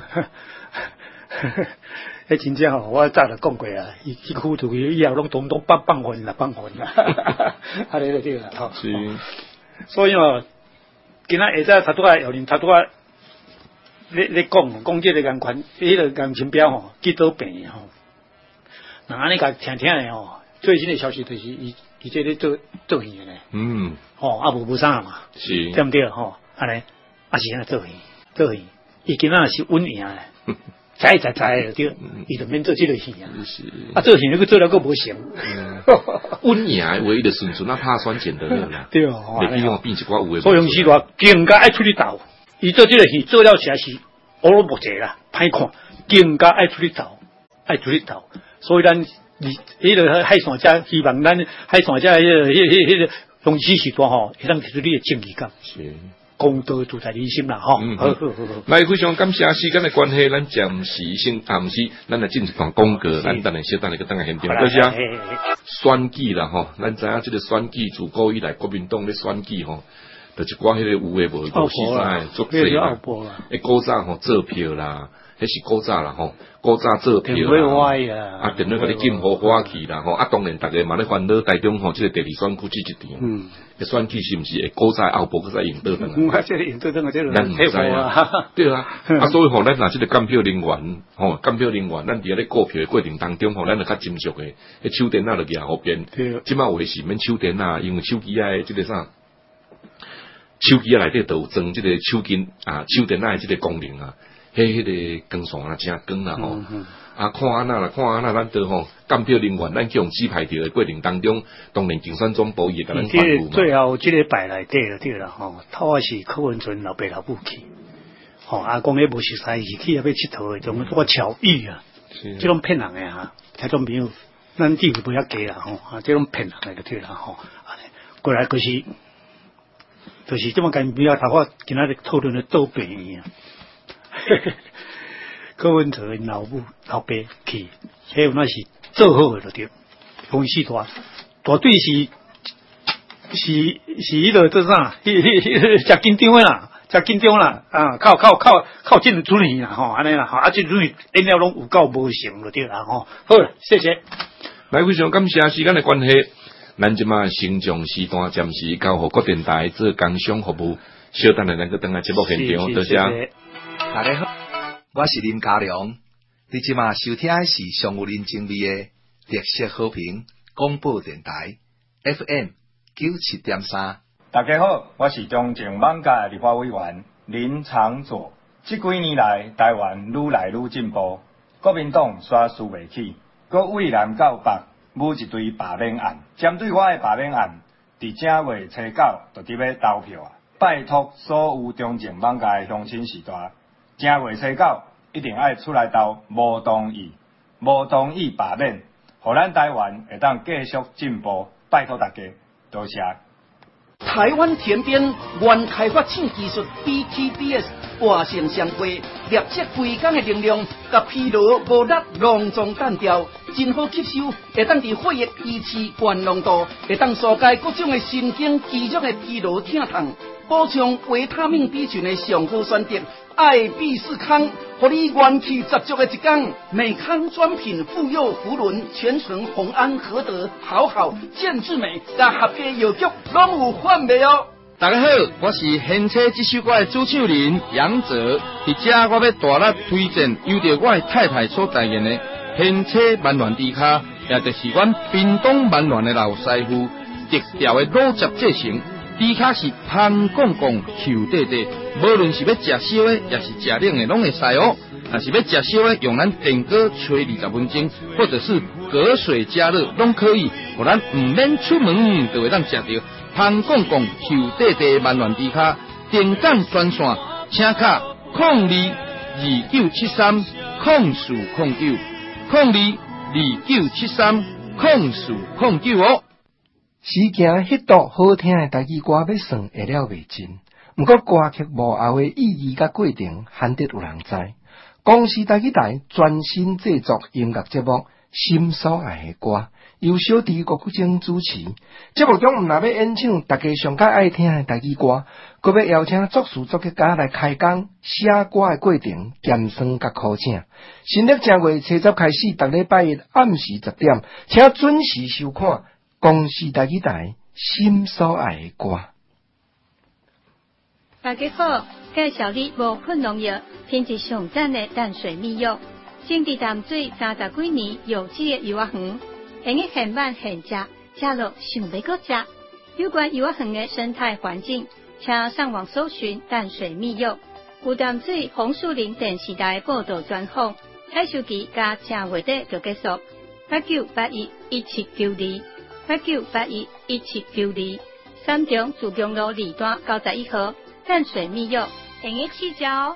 迄真正吼，我早就講過啊，伊伊區就佢以後攏統統放放混啦，放混啦，安尼就對啦。吼，是，所以哦，今仔下晝頭拄啊，有人頭拄啊，咧咧講講即個人權，迄個人情標吼，幾多病吼。嗱，安尼甲聽聽誒吼，最新嘅消息就是伊伊即咧做做戲誒咧，嗯，吼啊無無啥嘛，是，對毋對吼？安尼啊是安尼做戲做戲，伊今仔是穩贏誒，知知知對，伊就免做即個戲啊，是，啊做戲你佫做了佫無成， 穩贏唯一的順順啊拍選前得了啦，對哦，未必用變一寡有誒， 所以是話更加愛出去鬥，伊做即個戲做了實在是烏魯木齊啦，歹看，更加愛出去鬥，愛出去鬥。所以咱你迄個海線遮希望咱海線遮迄個迄迄迄個用支持大吼，會當提出你嘅正義感，是公道自在人心啦吼。嗯、好好好好。 來非常感謝時間嘅關係，咱暫時先暫時，咱來進一段廣告，咱等下小等下個等下現場。多謝。選舉啦吼，咱知影即個選舉自古以來國民黨咧選舉吼，就一寡迄個有誒無無實在作勢啦，誒古早吼做票啦。迄是古早啦吼，古早做票啦，啊，電腦甲你禁好花去啦吼，啊，當然逐個嘛咧煩惱台中吼，即個第二選區即一場，嗯，嘅選舉是毋是會古早後部佮再贏倒轉啊？嗯，即個贏倒轉啊，即個咱唔知啊，對啊，啊，所以吼，咱若即個監票人員，吼，監票人員，咱佇咧過票嘅過程當中吼，咱就較斟酌嘅，迄手電啊就舉後邊，即擺話是免手電啊，因為手機啊，即個啥，手機啊內底都有裝即個手機啊，手電啊，即個功能啊。迄迄個光線啊，真光啦吼！啊，看安那啦，看安那，咱都吼監票人員，咱去用指派條嘅過程當中，當然競選總部也甲咱關顧嘛。 最後即個擺內底就對啦吼，頭啊是柯文哲老爸老母去，吼啊講迄無熟悉是去遐要佚佗誒，種嗰個巧遇啊，即種騙人誒哈，聽眾朋友，咱機會不要給啦吼，啊，即種騙人誒就對啦吼，安尼過來就是就是即麼間比較頭我今仔日討論誒倒病啊。柯文哲老母老爸去，迄有那是做好誒就對，公司大绝对是是是迄个做啥？迄迄迄真紧张诶啦，真紧张啦！啊，靠靠靠靠进主任啦吼，安尼啦吼，啊，进主任因了拢有够无成就对啦吼。好了，谢谢。 来，非常感谢时间的关系，咱即马成长时段暂时交互各电台做工商服务，稍等下咱个等下节目现场，多谢。 大家好，我是林家良，你即马收听的是上有人情味的特色好评广播电台 F M 九七点三。 大家好，我是中正网界立法委员林长佐。这几年来，台湾愈来愈进步，国民党刷输袂起，搁为南到北舞一堆罢免案。针对我的罢免案，伫正月初九就伫要投票啊！拜托所有中正网界的乡亲时代，正月初九一定爱出来投无同意，无同意罢免，互咱台湾会当继续进步。拜托大家，多谢。 台湾田边原开发新技术 B T B S 活性上规，立即规工的能量，甲疲劳无力隆重单调，真好吸收，会当伫血液维持高浓度，会当疏解各种的神经肌肉的疲劳疼痛，补充维他命 B 群的上好选择。爱必适康，互你元气十足的一天。美康专品妇幼福伦全纯红安和德好好健之美，甲合家药局拢有贩卖哦。 大家好，我是现车这首歌的主唱人杨泽，伫遮我要大力推荐由着我的太太所代言的现车万巒猪脚，也就是阮屏东万巒的老师傅特调的卤汁制成。猪脚是香讲讲 Q 短短，无论是要食烧的，也是食冷的，拢会使哦。若是要食烧的，用咱电锅吹二十分钟，或者是隔水加热，拢可以，互咱唔免出门就会当食到香讲讲 Q 短短万巒猪脚。电感专线，请卡零二二九七三零四零九零二二九七三零四零九哦。 时行迄段好听的台语歌要算会了袂尽，毋过歌曲幕后的意义甲过程，罕得有人知。公司台语台专心制作音乐节目《心所爱的歌》，由小弟郭富城主持。节目中毋但要演唱大家上较爱听的台语歌，阁要邀请作词作曲家来开讲写歌的过程，咸酸甲苦请。新历正月初十开始，逐礼拜一暗时十点，请准时收看。公司台语台心所爱的歌。 大家好，介绍你无菌农药，品质上赞的淡水蜜柚，种伫淡水三十几年有机的柚仔园，用个现买现吃，吃落想要搁吃。有关柚仔园的生态环境，请上网搜寻淡水蜜柚。有淡水红树林电视台报道专访，采收期加正月底就结束。八九八一一七九二。八九八一一七九二，三重自强路二段九十一号，淡水蜜柚，用个试食哦。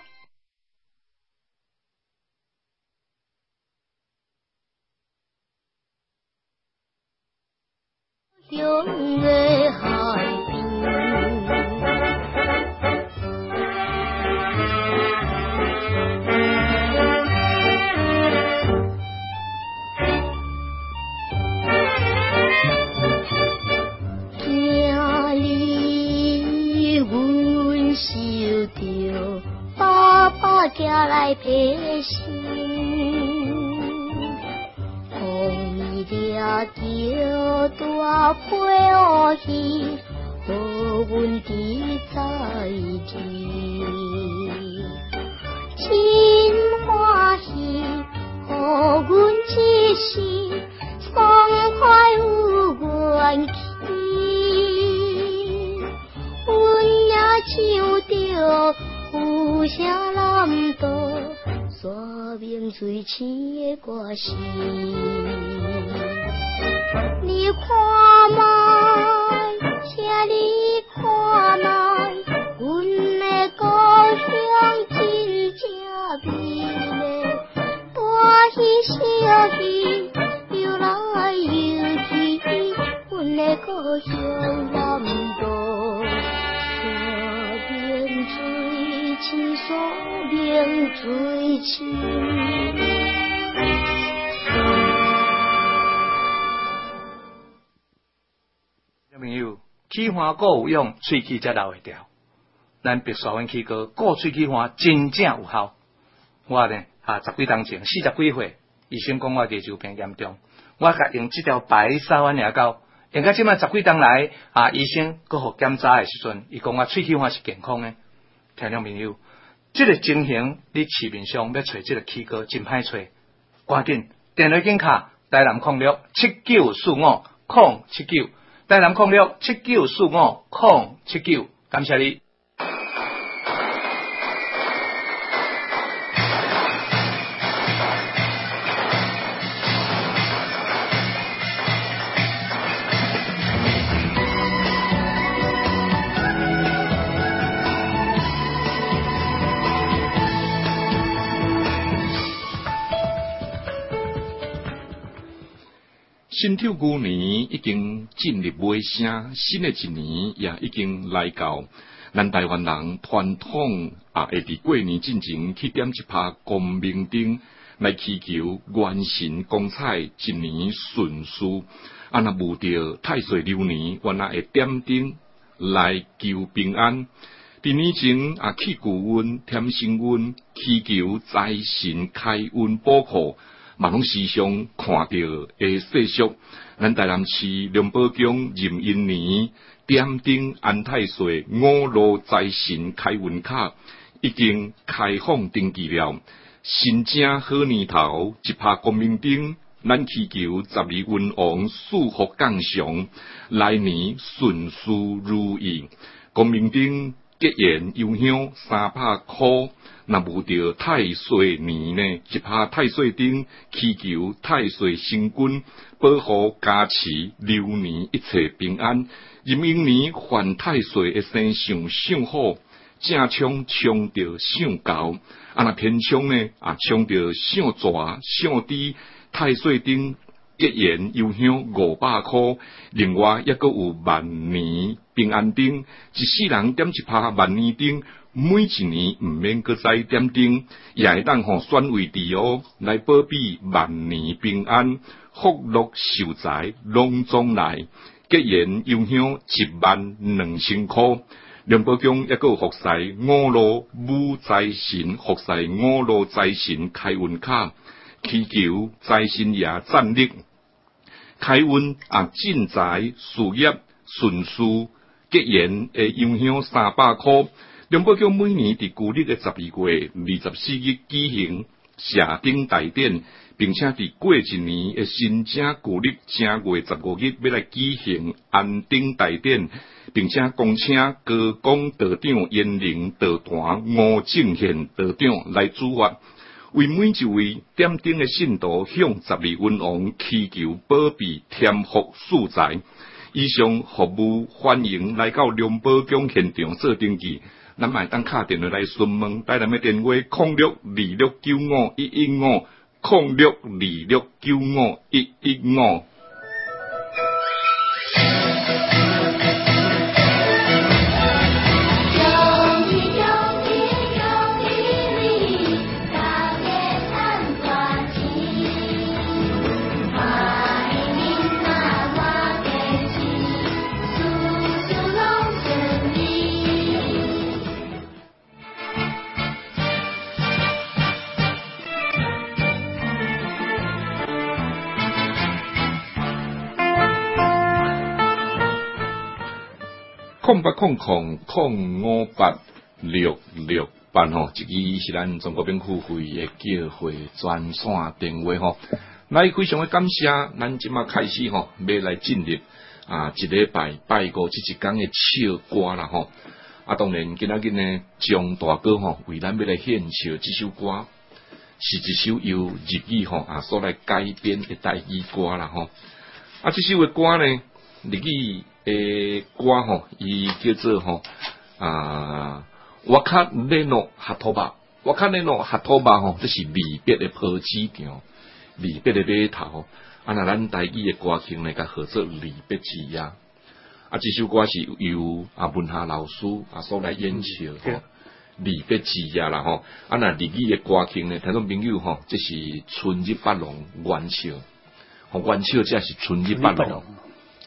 乡的海边，爸爸寄来批信，讲伊掠着大皮乌鱼，互阮伫在地，真欢喜，互阮一时爽快有元气，阮也唱着。有声南岛山明水青的歌声，你看卖，请你看卖，阮的故乡真正美丽，大喜小喜游来游去，阮的故乡南岛山明水青山明水青。 起花果有用，喙齿才留会掉。咱白沙湾起歌果喙齿花真正有效。我呢啊十几当前四十几岁，医生讲我牙周病严重，我甲用这条白沙湾牙膏，用到即摆十几当来啊，医生搁互检查的时阵，伊讲我喙齿花是健康的。听众朋友，这个情形你市面上要找这个起歌真歹找，赶紧电话紧卡台南控六七九四五空七九，台南控六七九四五空七九，感谢你。 新跳牛年已经进入尾声，新的一年也已经来到。咱台湾人传统啊，会伫过年进前去点一拍光明灯，来祈求元神光彩，一年顺遂。啊，若遇到太岁流年，原来会点灯来求平安。伫年前啊，去旧运添新运，祈求财神开运保护。嘛拢时常看到的世俗，咱台南市龙宝宫壬寅年点灯安太岁五路财神开运卡已经开放登记了。新正好年头，一拍光明灯，咱祈求十二运王祝福降祥，来年顺遂如意。光明灯结缘油香三百块。若遇到太岁年呢，一拍太岁灯，祈求太岁星君保护加持，流年一切平安。壬寅年犯太岁的生相相好，正冲冲着相高，啊若偏冲呢啊冲着相蛇相低，太岁灯结缘油香五百块，另外也阁有万年平安灯，一世人点一拍万年灯。每一年毋免搁再点灯，也会当互选位置哦，来保庇万年平安，福禄寿财拢总来。结缘油香一万两千块，龙宝宫也阁有福赛五路武财神，福赛五路财神开运卡，祈求财神爷战力，开运啊进财事业顺遂。结缘的油香三百块。龙宝宫每年伫旧历的十二月二十四日举行社顶大典，并且伫过一年的新正旧历正月十五日要来举行安顶大典，并且恭请高公道长、延陵道坛、吴正宪道长来主法，为每一位点灯的信徒向十二运王祈求保庇添福寿财。以上服务欢迎来到龙宝宫现场做登记。咱买当敲电话来询问，台南的电话零六二六九五一一五零六二六九五一一五。空八空空空五八六六八吼，这个是咱中国兵付费的叫会专线电话吼。来，非常的感谢，咱即马开始吼，要来进入啊一礼拜拜过这一天的唱歌啦吼。啊，当然今仔日呢，张大哥吼为咱要来献唱这首歌，是一首由日语吼啊所来改编的台语歌啦吼。啊，这首的歌呢，日语诶歌吼，伊叫做吼啊，我卡内诺哈托巴，我卡内诺哈托巴吼，这是离别的坡市场，离别的码头。啊，那咱台语的歌曲呢，甲合作离别之夜。啊，这首歌是由啊文夏老师啊所来演唱吼，离别之夜啦吼。啊，那日语的歌曲呢，听众朋友吼，这是春日八龙原唱，吼原唱这是春日八龙。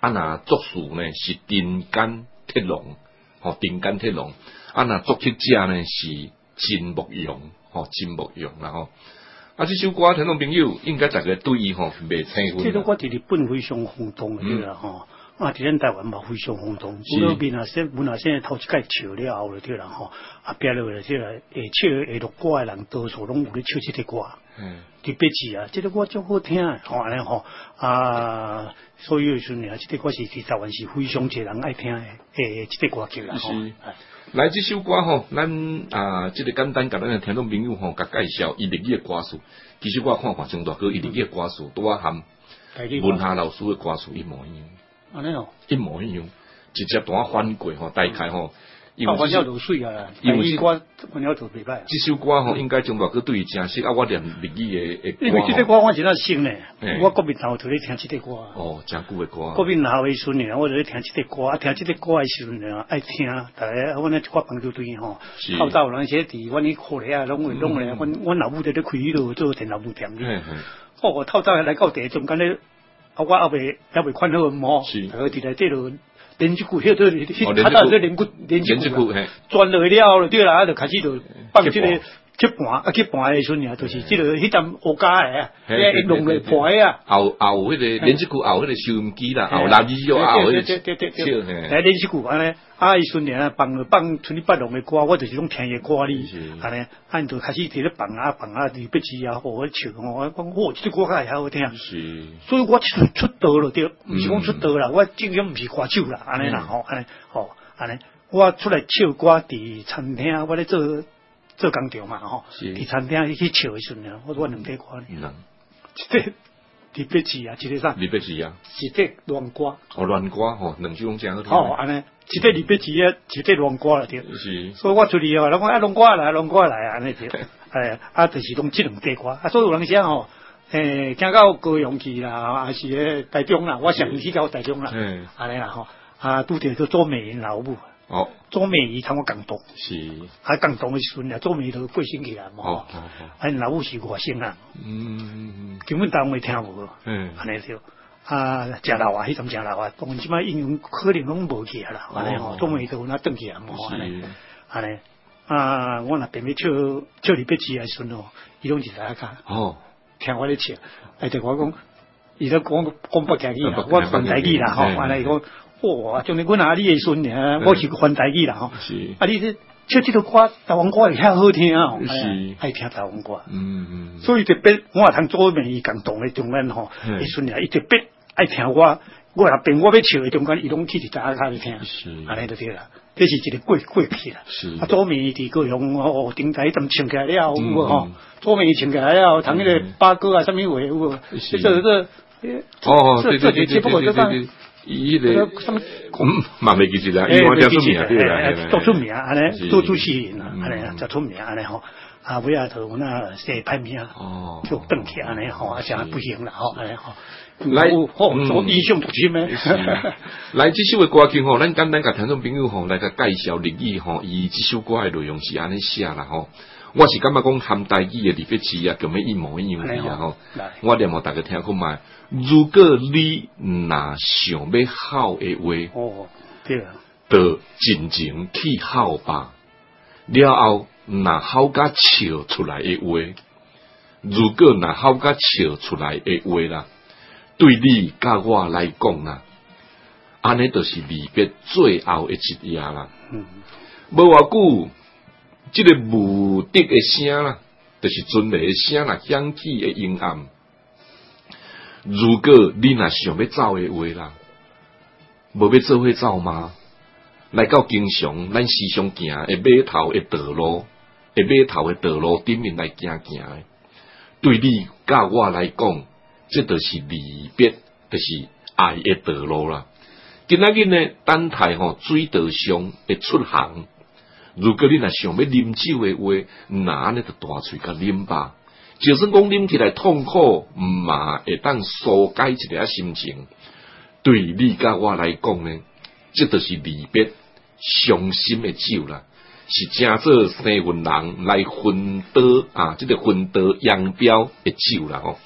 啊那作词呢是丁间铁龙，吼丁间铁龙，啊那作曲者呢是金木勇，吼金木勇然后。啊！这首歌听众朋友应该大家对伊吼袂清楚。 这首歌伫日本非常轰动的对啦吼，啊，伫咱台湾嘛非常轰动。古罗宾啊，说文啊，现在头一届唱了后了对啦吼，啊，别落来对啦，会唱会录歌的人多数拢有咧唱这个歌。嗯。特别是啊，这个歌足好听的，吼安尼吼啊，所以有时呢，这个歌是伫台湾是非常侪人爱听的诶，这个歌曲啦吼。 来，这首歌吼，咱啊，这个简单甲咱的听众朋友吼，甲介绍伊日语的歌词。其实我看看张大哥伊日语的歌词，拄啊含文夏老师的歌词一模一样。 安尼哦， 一模一样，直接同我翻过吼，大概吼。 因为这首水啊，因为歌文了就袂歹。 这首歌吼，应该张大哥对伊真熟啊，我连日语的的歌。因为这个歌我是那新嘞，我国民党就咧听这个歌。 哦，真久的歌。 国民党的时阵我就咧听这个歌，啊，听这个歌的时阵啊，爱听，大家阮咧一寡朋友对吼，泡到人些伫阮迄课咧啊，拢会拢咧，阮阮老母在咧开迄落做电脑部店哩。哦，透早来到地中间咧，啊，我还未还未看好毛，大家伫内底落。连续股，迄个迄他到这连股连续股，转落了对啦，就开始就放这个去盘啊去盘的时阵啊，就是这个迄阵乌家的啊，一弄来盘啊。 后后迄个连续股后迄个收音机啦，后垃圾又后迄个对对对对，来连续股安尼，啊伊时阵啊放放春日八龙的歌，我就是种听嘅歌哩，安尼，啊就开始伫咧放啊放啊，离别时啊，我唱我讲哦，这歌较好听，是，所以我出出道了对，毋是讲出道啦，我正经毋是歌手啦，安尼啦吼，安尼，吼，安尼，我出来唱歌伫餐厅，我咧做。做工厂嘛吼，伫餐厅去笑的时阵，我我两块歌呢。嗯，一个特别是啊，一个啥？ 特别是啊， 一个乱歌。 哦，乱歌吼，两首拢正好听。 吼，安尼，一个特别是啊，一个乱歌啦对。是。所以我出去哦，人讲啊，乱歌来，乱歌来，安尼对。哎，啊，就是拢即两块歌，啊，所以有人讲吼，诶，行到高雄去啦，还是咧台中啦，我上去到台中啦，嗯，安尼啦吼，啊，拄着去做美人老母。哦，做美伊同我共动，是，啊共动的时阵啊，做美都过身起来嘛，吼，啊老母是外省人，嗯，根本当未听无，嗯，安尼就，啊，食老啊，迄阵食老啊，当然即摆应用可能拢无去啊啦，安尼吼，做美都那转去啊，吼，安尼，安尼，啊，我若偏要唱唱离别时的时阵哦，伊拢是在看，哦，听我咧唱，哎，对我讲，伊咧讲讲北京语啦，我翻台语啦，吼，安尼讲。哇！像你阮阿弟的孙呢，我是翻台语啦吼。是。啊，你这唱这个歌，台湾歌会遐好听啊！是。爱听台湾歌。嗯嗯。所以特别，我也通做美伊共同的中间吼，伊孙啊，伊特别爱听我，我若变我要唱的中间，伊拢去伫大家去听。是。安尼就对啦，这是一个过过去啦。是。啊，做美伫高雄哦，顶台阵唱起来了，有无吼？做美唱起来了，同迄个八哥啊，什么话有无？是。这这哦，对对对对对对。 伊个嗯，嘛袂记住啦，伊我叫出名对啦， 做出名安尼，做出戏人安尼，就出名安尼吼。啊，尾啊头那写歹名哦，就转去安尼吼，啊，真不行啦吼，安尼吼。来，好，做英雄不行咩？ 来，这首的歌曲吼，咱简单甲听众朋友吼来个介绍日语吼，伊这首歌的内容是安尼写啦吼。我是感觉讲含台语的离别词啊，根本一模一样的啊吼。我念互大家听看卖。如果你若想要好的话，哦，对啊，就尽情去好吧。了后，若好甲笑出来的话，如果若好甲笑出来的话啦，对你甲我来讲啦，安尼就是离别最后的一夜啦。嗯，无偌久。这个无敌的声啦，就是阵雷的声啦，响起的阴暗。如果你若想要走的话啦，无要做伙走吗？来到经常咱时常行的码头的道路，的码头的道路顶面来行行的，对你甲我来讲，这就是离别，就是爱的道路啦。今仔日呢，等待吼水道上的出航。如果你若想要啉酒的话，那安尼就大喙甲啉吧。就算讲啉起来痛苦，嘛会当疏解一下心情。对你甲我来讲呢，这就是离别伤心的酒啦，是正做生运人来分道啊，这个分道扬镳的酒啦吼。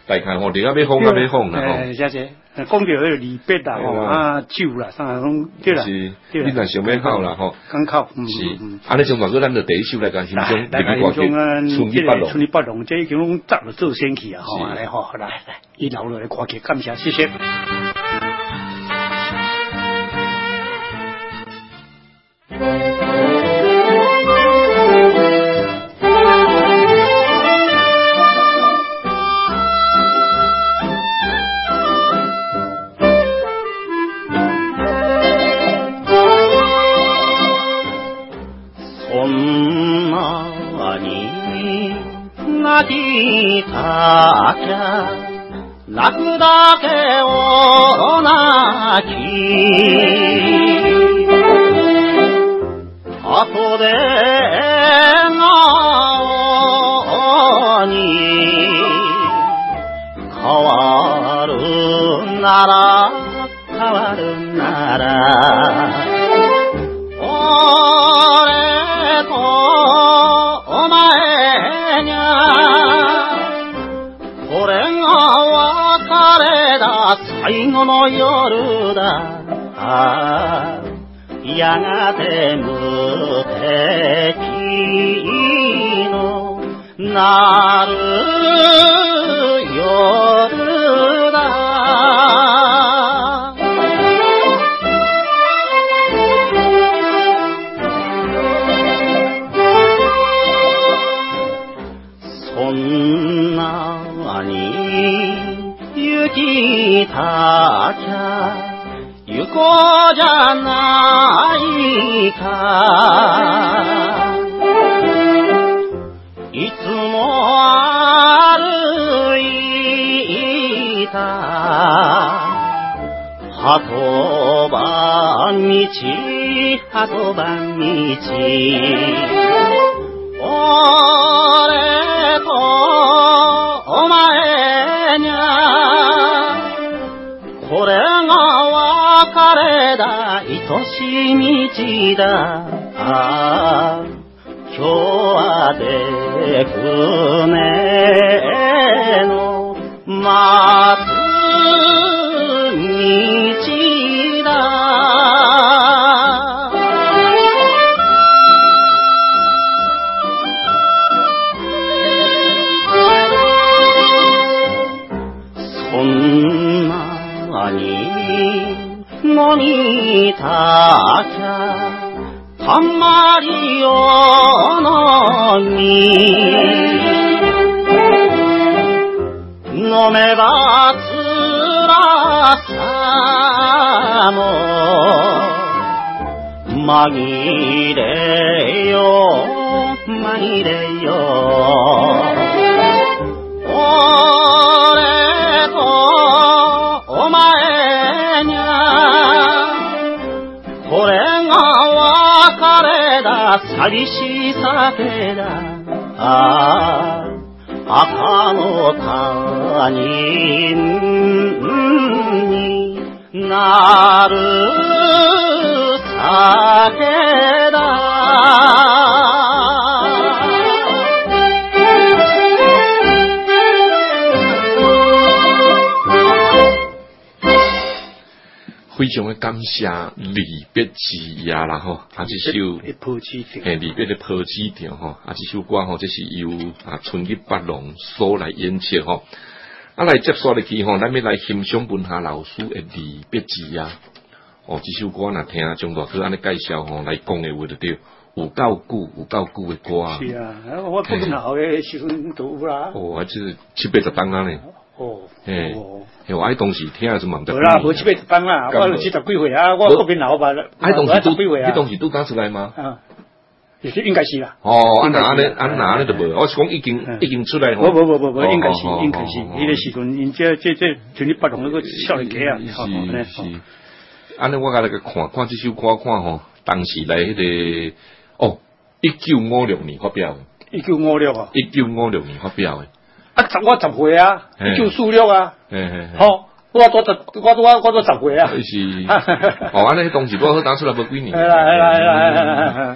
大概吼，你要要放啊要放啦吼。 诶，谢谢。讲到迄个离别啦吼，啊酒啦，啥拢对啦。 是，你若想要好啦吼。 刚靠。 是。安尼从外国咱就第一首来甲欣赏， 来甲欣赏啊， 春日八龙。 春日八龙，这已经拢早就做先去啊，吼，来吼，来来，伊留落来歌曲，感谢，谢谢。 泣くだけを泣き後で顔に変わるなら変わるなら俺とお前にゃこれが別れだ最後の夜だあやがて無敵のなる夜だそんなに行きたきゃ行こうじゃないかいつも歩いた鳩場道鳩場道俺とお前にゃこれが別れだ愛しい道だああ今日は出船の待つ道だそんなに飲みたきゃたんまりを飲み飲めばつらさも紛れよ紛れよ俺とお前にゃこれが別れだ寂しさけだああ赤の他人になる酒だ非常的感谢离别之夜啦吼，啊这首诶离别的破纸条吼，啊这首歌吼，这是由啊春日八龙所来演唱吼，啊来接续入去吼，咱要来欣赏文夏老师的离别之夜。哦，这首歌若听张大哥安尼介绍吼，来讲的话就对，有够久有够久的歌啊。 是啊，我不能好的时阵都有啦。 哦，啊这七八十档啊呢。 哦， 诶，嘿，我爱当时听是蛮得。 无啦，无七八十档啦，我七十几岁啊，我国民老爸啦。 爱当时都，你当时都刚出来吗？ 啊，也是应该是啦。 哦，安那安尼安那安尼就无，我是讲已经已经出来。 无无无无无，应该是应该是，迄个时阵，因这这这像你八龙那个少年家啊， 是是。安尼我甲那个看看这首歌看吼，当时来迄个哦，一九五六年发表的。 一九五六啊。 一九五六年发表的。 啊，十我十岁啊，一九四六啊，好，我多十，我我我多十岁啊。 是，哦，安尼当时我好当初来无几年。 系啦系啦系啦系啦。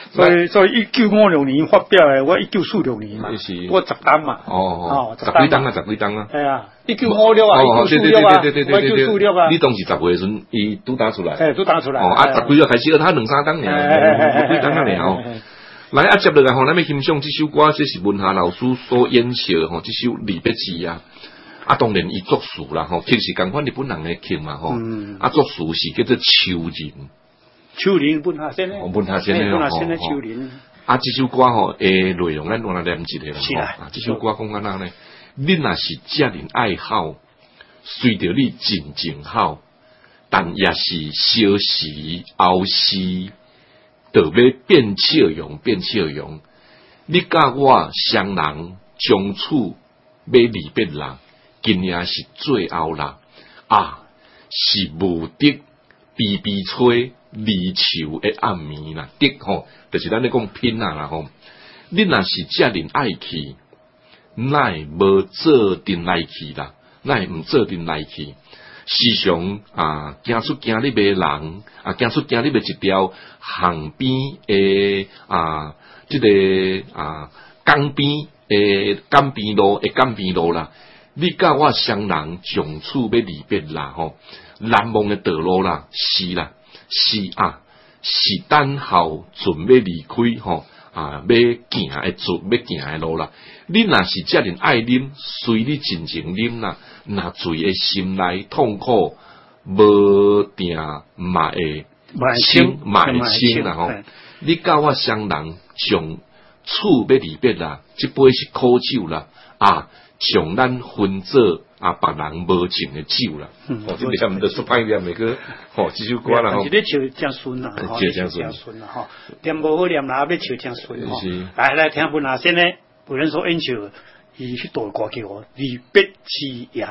所以所以一九五六年发表的，我一九四六年嘛，我十单嘛。 哦哦，十幾單啊，十幾單啊。 係啊，一九五六啊，一九四六啊，我一九四六啊。 你當時十月時陣，伊都打出來。 誒，都打出來。 哦，啊，十幾月開始，他兩三單爾，幾單啊爾。來啊，接落來吼，咱要欣賞這首歌，這是文夏老師所演唱吼，這首《離別詞》啊。啊，當然伊作詞啦，吼，曲是共款日本人嘅曲嘛，吼。啊，作詞是叫做秋人。 秋林文夏先咧， 文夏先咧， 文夏先咧秋林。 啊，這首歌吼，誒內容咱我來念一下啦。 是啊， 啊，這首歌講安怎呢？你若是遮爾愛好，隨着你真正好，但也是小時後時，就要變笑容，變笑容。你甲我雙人從此要離別啦，今夜是最後啦。啊，是無敵悲悲催。離愁的暗暝啦，的吼，就是咱咧講拼啊啦吼。你若是遮爾愛去，哪會無做陣來去啦？哪會毋做陣來去？時常啊，行出行你袂人啊，行出行你袂一條巷邊誒啊，即、這個啊江邊誒江邊路誒江邊路啦。你甲我雙人從此要離別啦吼，難忘嘅道路啦，是啦。是啊，是等候準備離開吼啊，要行誒準要行誒路啦。你若是遮爾愛啉，隨你盡情啉啦。若醉誒心內痛苦，無定嘛會清嘛會清啦吼。你甲我雙人從此要離別啦，即杯是苦酒啦啊，將咱分做。啊，別人無情嘅酒啦，哦，即係唔得出歹念嘅個，吼，這首歌啦，吼， 是咧唱正順啦， 吼，正順， 正順啦，吼，念無好念啦，要唱正順，吼，來來聽文夏先咧，本人所演唱，伊迄段歌叫我離別詞也。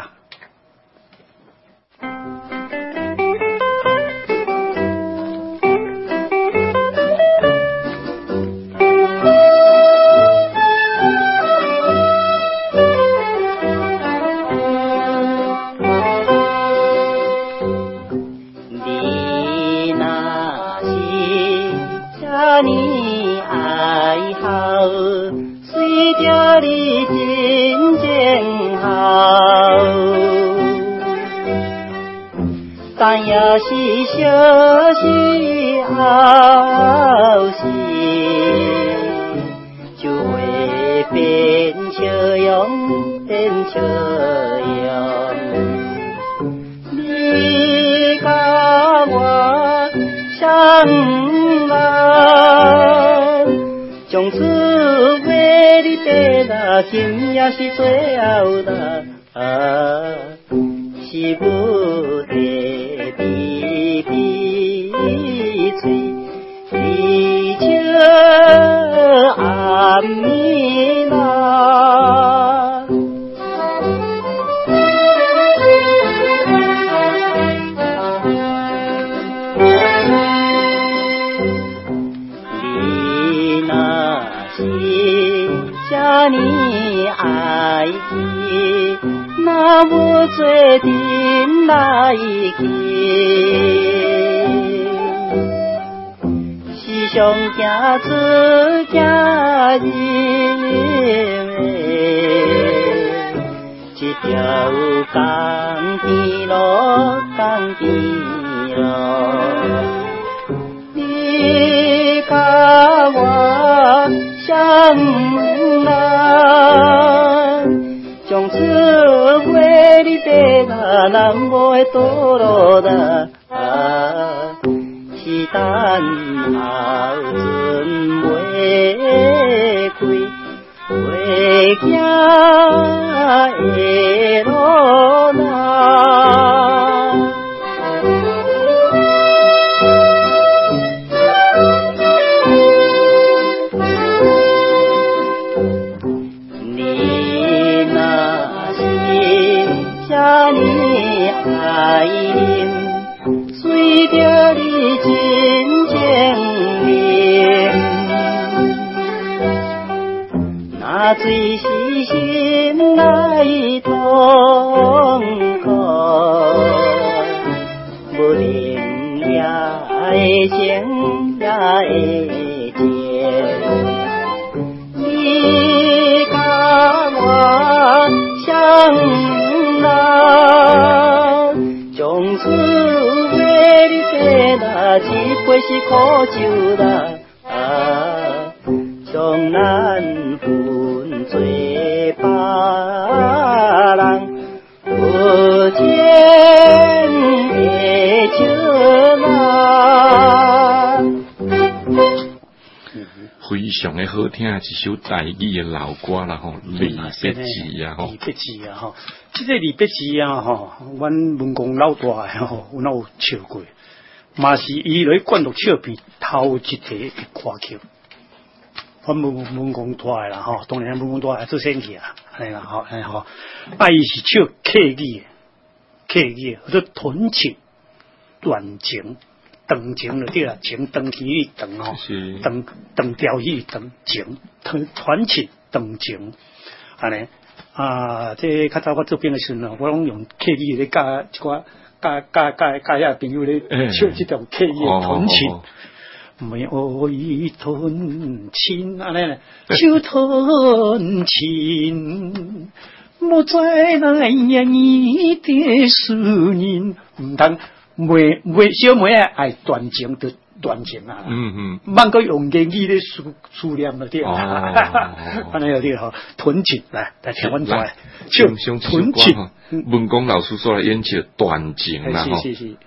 但也是小時後時，就會變笑容，變笑容。你甲我相愛，從此為你別啦，今夜是最後啦，啊，是不得。暗暝啦，你若是遮爾愛去，那無做陣來去。上行出行人誒，一條江邊路，江邊路，你甲我相愛，從此為你別啦，人無會墮落啦。是等候陣袂開，袂行的路啦。你若是遮爾愛啉，隨着你真情念，那最是心內痛苦，無能也會情也會情。 人，从此为你做那一杯是苦酒啦，将咱分做别人，无情的情啊。 非常的好听，一首台语的老歌啦吼，离别字啊吼， 离别字啊吼，这个离别字啊吼，阮文公老大的吼，阮有唱过，嘛是伊来灌录唱片头一题的歌曲，阮文文公大的啦吼，当然文公大的做先去啊，安尼啦吼，安尼吼，啊伊是唱客语的，客语或者纯情、短情。长情就对啦，情长期的长吼，长长调去长情，传情长情，安尼啊，这较早我做兵的时候呢，我拢用客语咧教一寡教教教教遐朋友咧唱这条客语的传情，没有一团情，安尼咧，就团情，莫再来呀你的思念，唔通。妹妹小妹啊，爱断情就断情啊，嗯嗯，莫个用言语咧思思念了对啦，安尼有啲吼，纯情来来听阮来，唱纯情， 文公老师所来演唱断情啦吼。 是是是。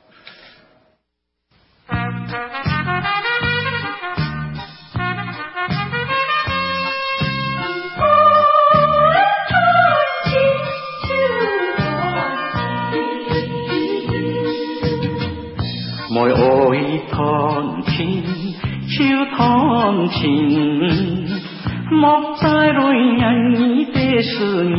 莫愛談情，笑談情，莫再來讓你的思念。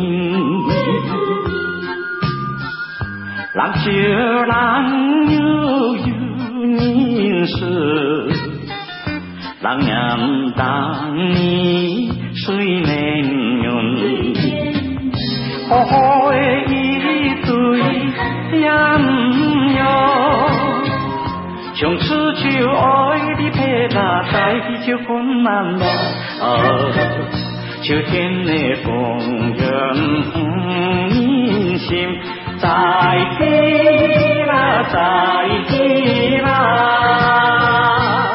人少人有有年事，人人當你水面雲，可可的一對人哟。從此就愛你陪他在地球困難了，秋天的風人印心在地啦，在地啦。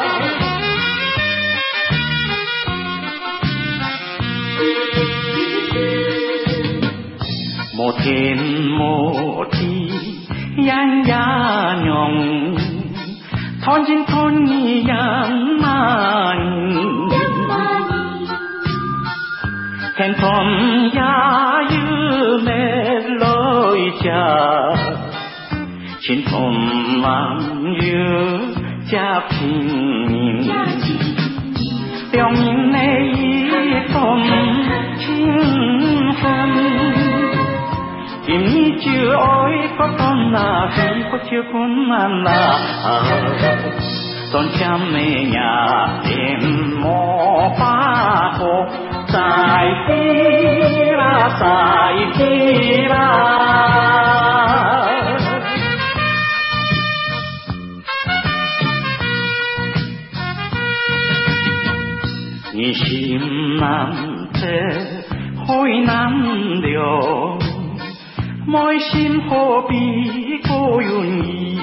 莫天莫地呀呀娘。团进团你样嘛你，天团呀有没来家，心团万有家平，两人的一种情分。你就愛個困難，你個就困難啦。當前的呀，連莫法過，在地啦，在地啦。你心難測，海難流。愛心何必過容易？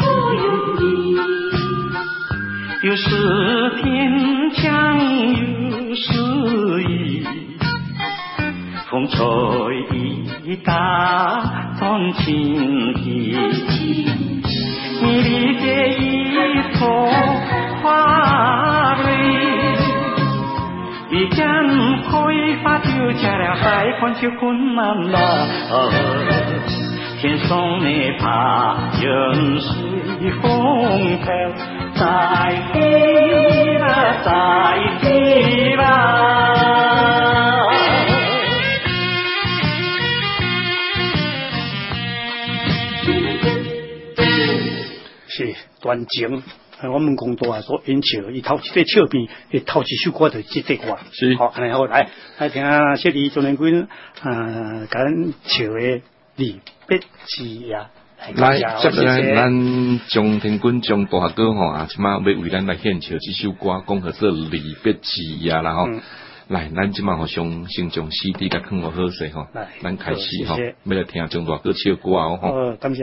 有時天強，有時雨，風吹雨打斷情意。你理解一朵花蕊，一將開花就加了再看就困難了。天上的爬人隨風飄，在地啦，在地啦。 是斷情，我們講到啊，所演唱，伊頭一個唱片，伊頭一首歌就即個歌。 是， 好，安尼好來來聽下小弟中年軍啊，講唱嘅離別字啊。 來，接來咱張天軍張大哥吼啊，即馬要為咱來獻唱這首歌，講叫做離別字啊啦吼。 来，咱即马互上先将 C D 甲放互好势吼，咱开始吼，要来听中大哥唱歌哦吼。 哦，感谢。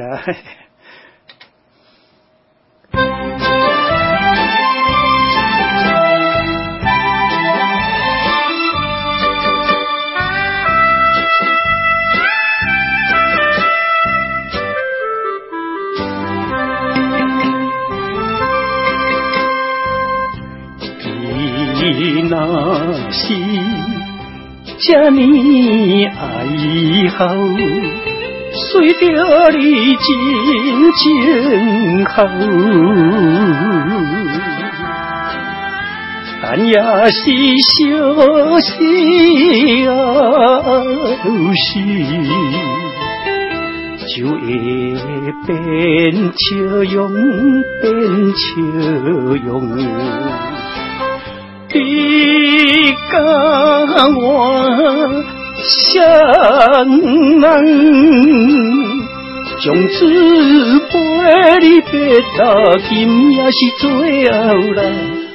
那是这呢爱好，随着你真正好，但也是小时有时就会变笑容，变笑容。你甲我相人，从此陪你别到今也是最后啦。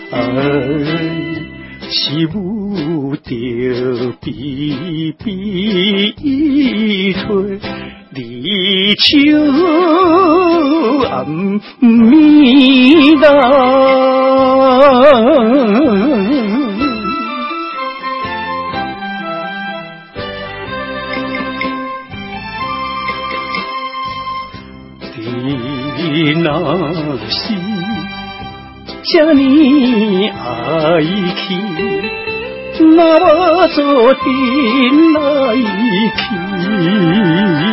是有着比比伊吹，离愁暗暝啦。你那是这呢爱去，那我做阵来去，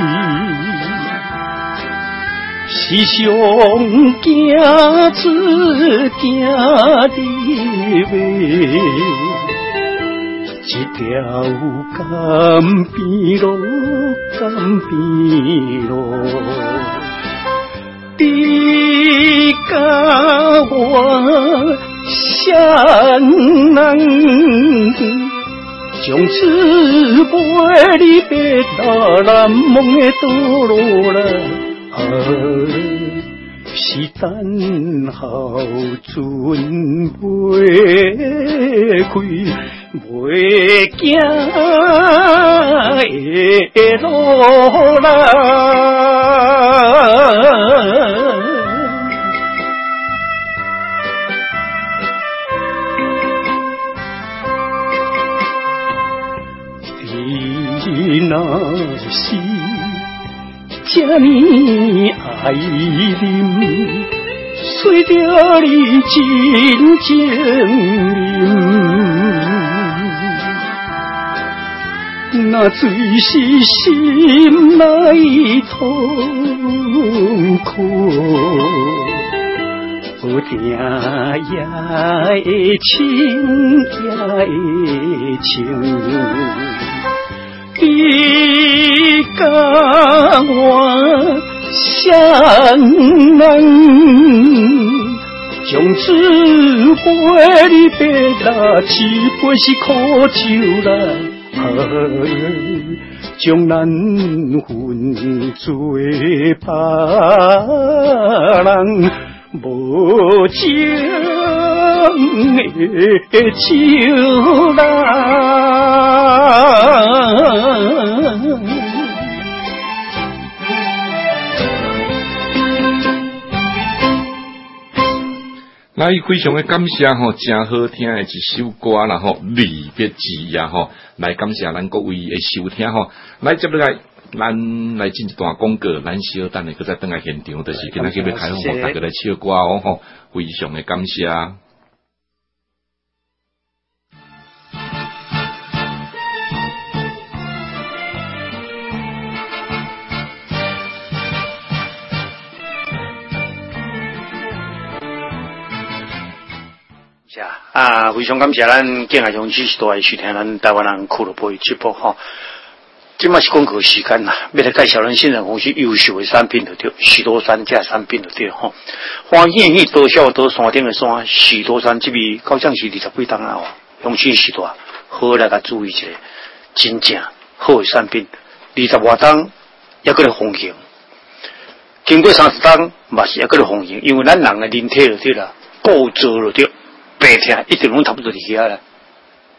是上惊子惊的话，一条甘边路，甘边路。你甲我相人，从此陪你别到难忘的道路啦。啊，是等候船袂开，袂行的路啦。你那是这呢爱啉，随着你真情啉，那水是心内痛苦，有定也会情也会情。你甲我相人，从此陪你别啦，一杯是苦酒啦。啊，将咱分做别人无情的酒啦。 来，非常的感谢吼，真好听的一首歌啦吼，离别之夜吼，来感谢咱各位的收听吼，来接落来，咱来进一段广告，咱小等下搁再登来现场，就是今仔日要开放互大家来唱歌哦吼，非常的感谢。 啊，非常感谢咱敬爱乡支持大收听咱台湾人俱乐部的节目吼。这嘛是广告时间啦，要来介绍咱新人公司优秀的产品就对，许多山这产品就对吼。欢喜喜多少多山顶的山，许多山这边到将是二十几档啊哦，用心时代，好来甲注意一下，真正好的产品，二十外档也搁咧风行，经过三十档嘛是也搁咧风行，因为咱人的人体就对啦，构造就对。白天一定拢差不多伫遐啦，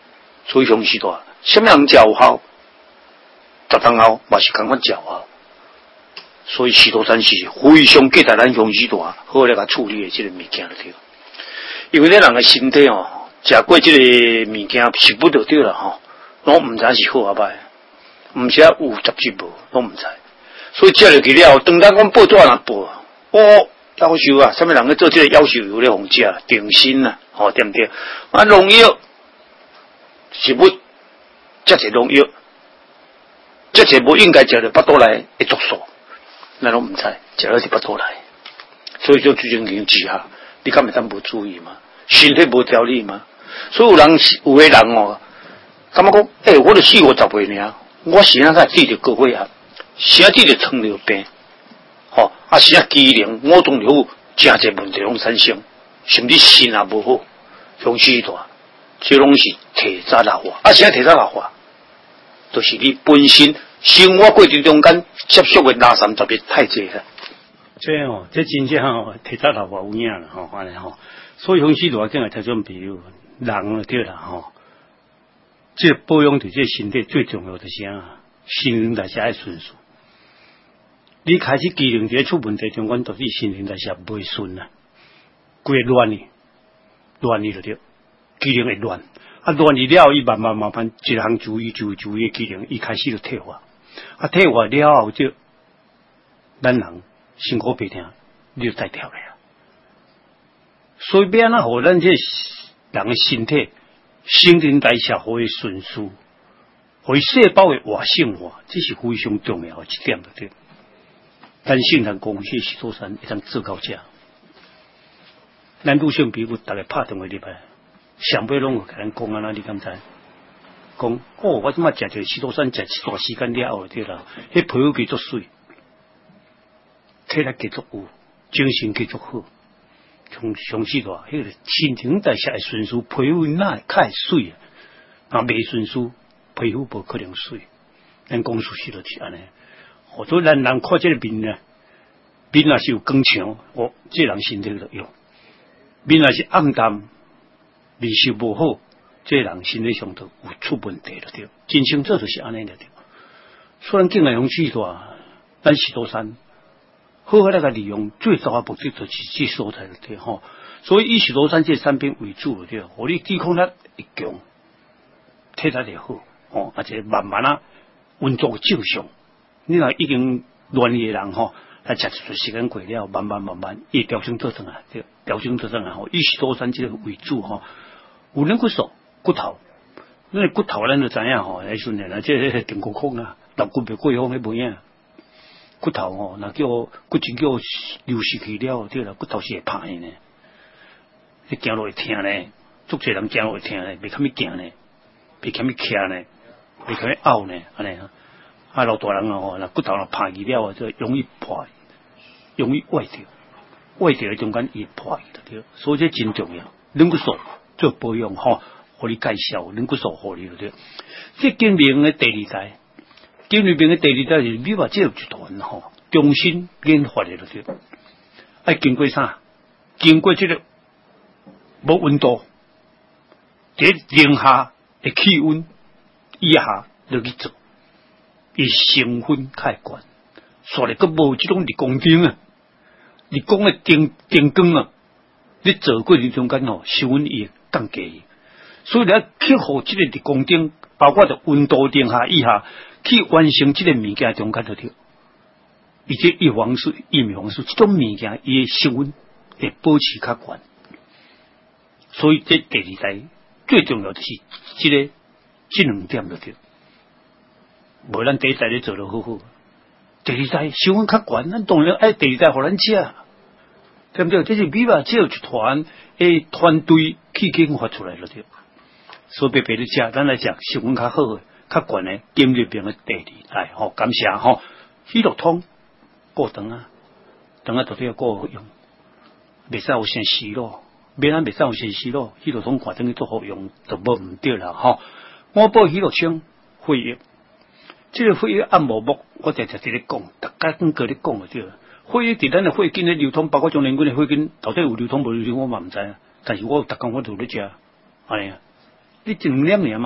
所以雄西大，什么人食有效，十当后嘛是共款食啊。所以西多山是非常给咱雄西大好来个处理的这个物件了对。因为咱人的身体哦，食过这个物件食不就对了吼，拢唔知是好啊歹，唔是有十级无，拢唔知。所以食落去了，当咱讲报纸若报，哦，夭寿啊，什么人去做这个夭寿油咧，红食定心啊，吼、哦、对不对？啊，农药是不，这些农药，这些不应该食到巴肚来会毒素，咱拢唔知，食到是巴肚来，所以就最近研究下，你敢会当无注意嘛？身体无调理嘛？所以有人有个人哦，感觉讲，诶、欸，我著四五十岁尔，我是那个治着高血压。啥治着糖尿病，吼、哦，啊啥机能，我当有真侪问题拢产生，甚至心也无好，雄西大，这拢是体质老化，啊啥体质老化，就是你本身生活过程中间接触的垃圾特别太济了。 这哦，这真正哦，体质老化有影啦，吼，安尼吼，所以雄西大今日提种比如人对啦，吼，这保养对这身体最重要的是啥？新陈代谢爱顺序。你开始机能在出问题中间，导致新陈代谢袂顺啊，规乱哩，乱哩就对，机能会乱，啊乱哩了，伊慢慢慢慢一项注意注意注意机能，伊开始就退化，啊退化了后就，咱人身躯白疼，你就再调来啊。所以变啊，互咱这人的身体新陈代谢互伊顺序，互伊细胞的活性化，这是非常重要的一点，对。咱性谈讲，迄西多山会当做到遮。咱女性朋友逐个拍电话入来，上尾拢会甲咱讲啊，你敢知？讲哦，我即马食着西多山，食一段时间了后对啦，迄皮肤继续水，体力继续有，精神继续好，从上时大，迄个新陈代谢会顺序，皮肤哪较会水啊？啊，未顺序，皮肤无可能水。咱讲出去就是安尼。我做咱人看这个面呢，面若是有光强，哦，这人身体就用；面若是暗淡，面色无好，这人身体上头有出问题了对。真正这就是安尼了对。虽然境内雄西大，咱西多山好好那个利用，最早的目的就是这所在了对吼。所以以西多山这山边为主了对，互你抵抗力会强，体力也好，哦，而且慢慢啊运作正常。你若已经乱的人吼，来食一段时间过了，慢慢慢慢，伊调整做上来，对，调整做上来吼，以西多山这个为主吼，有人骨素、骨头，因为骨头咱就知影吼，来训练啦，这个定骨控啊，肋骨别过风迄无影。骨头吼，若叫骨质叫流失去了，对啦，骨头是会歹呢，你行路会疼呢，足侪人行路会疼呢，袂堪咪行呢，袂堪咪徛呢，袂堪咪拗呢，安尼啊。啊，老大人啊，吼，那骨头若歹去了，就容易破，容易歪掉，歪掉的中间易破的对，所以这真重要。人骨素做保养吼，互你介绍人骨素互你对。这经病的第二代，经病的第二代是你话这有一团吼，重新研发的对。爱经过啥？经过这个无温度，在零下的气温以下落去做。伊成分太悬，所以佮无这种日光灯啊，日光的灯灯光啊，你做过程中间吼，收温伊会降低，所以你要克服这个日光灯，包括着温度零下以下，去完成这个物件中间就对。而且叶黄素、叶米黄素这种物件，伊的收温会保持较悬，所以这第二代最重要的是这个这两点就对。无咱第一代咧做得好好，第二代收温较悬，咱当然爱第二代互咱食，对不对？这是米吧，只有一团诶团队去研发出来了对。所以白白咧食，咱来食收温较好诶、较悬诶，经历病诶第二代吼，感谢吼，喜乐通过长啊，长啊到底要过用，袂使有先死咯，免咱袂使有先死咯，喜乐通挂等于做好用就无毋对啦吼。我报喜乐清会议。这个血液按摩膜，我常常伫咧讲，大家跟个咧讲就对了。血液伫咱的血筋咧流通，包括中年军的血筋，到底有流通无流通，我嘛唔知啊。但是我逐工我都咧食，哎呀，你一两年嘛，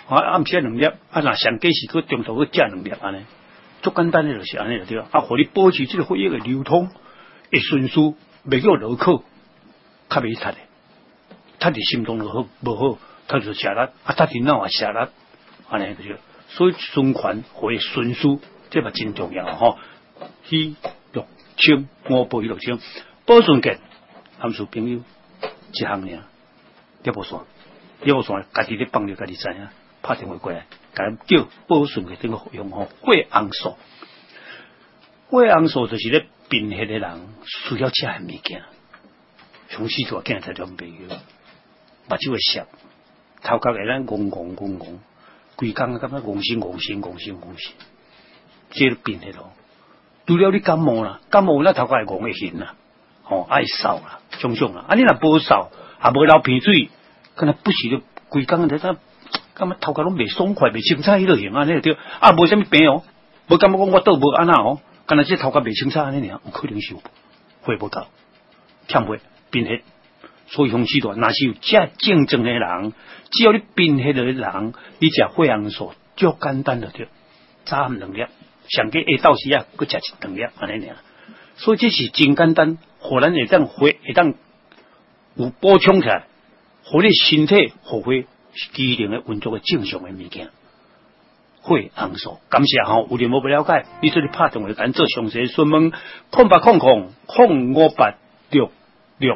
啊暗时两粒，啊若上计是佮中途佮加两粒安尼，足简单的就是安尼就对了。啊，互你保持这个血液的流通，会顺序，袂叫脑壳较袂塌的，塌伫心脏就好无好，塌就下力，啊塌伫脑也下力，安尼就对。所以循环会顺序，这嘛真重要吼。喜六清，我报喜六清，保顺健，含属朋友一项尔，叶无线，叶无线，家己咧放着，家己知影，拍电话过来，甲咱叫保顺健这个服用吼，血红素，血红素就是咧贫血的人需要吃的物件，从细大囝才种朋友，目睭会涩，头壳会咱戆戆戆戆。规工感觉戆心戆心戆心戆心，这个病迄咯。除了你感冒啦，感冒那头壳会戆会痕啦，吼爱扫啦，种种啦。啊，你若无扫，也无流鼻水，可能不时就规工在那，感觉头壳拢袂爽快，袂清楚迄落型啊，那对。啊，无啥物病哦，无感觉讲我倒无安那哦，干那这头壳袂清楚安尼尔，有可能是血无够，欠血贫血。所以雄起大，若是有这症状的人，只要你贫血的人，你食血红素足简单就对，早暗两粒，上计下昼时啊，佮食一两粒安尼尔。所以这是真简单，互咱会当血会当有补充起来，互你身体互血机能的运作的正常的物件。血红素，感谢吼，有任何不了解，你做你拍电话咱做详细询问，空八空空空五八六六。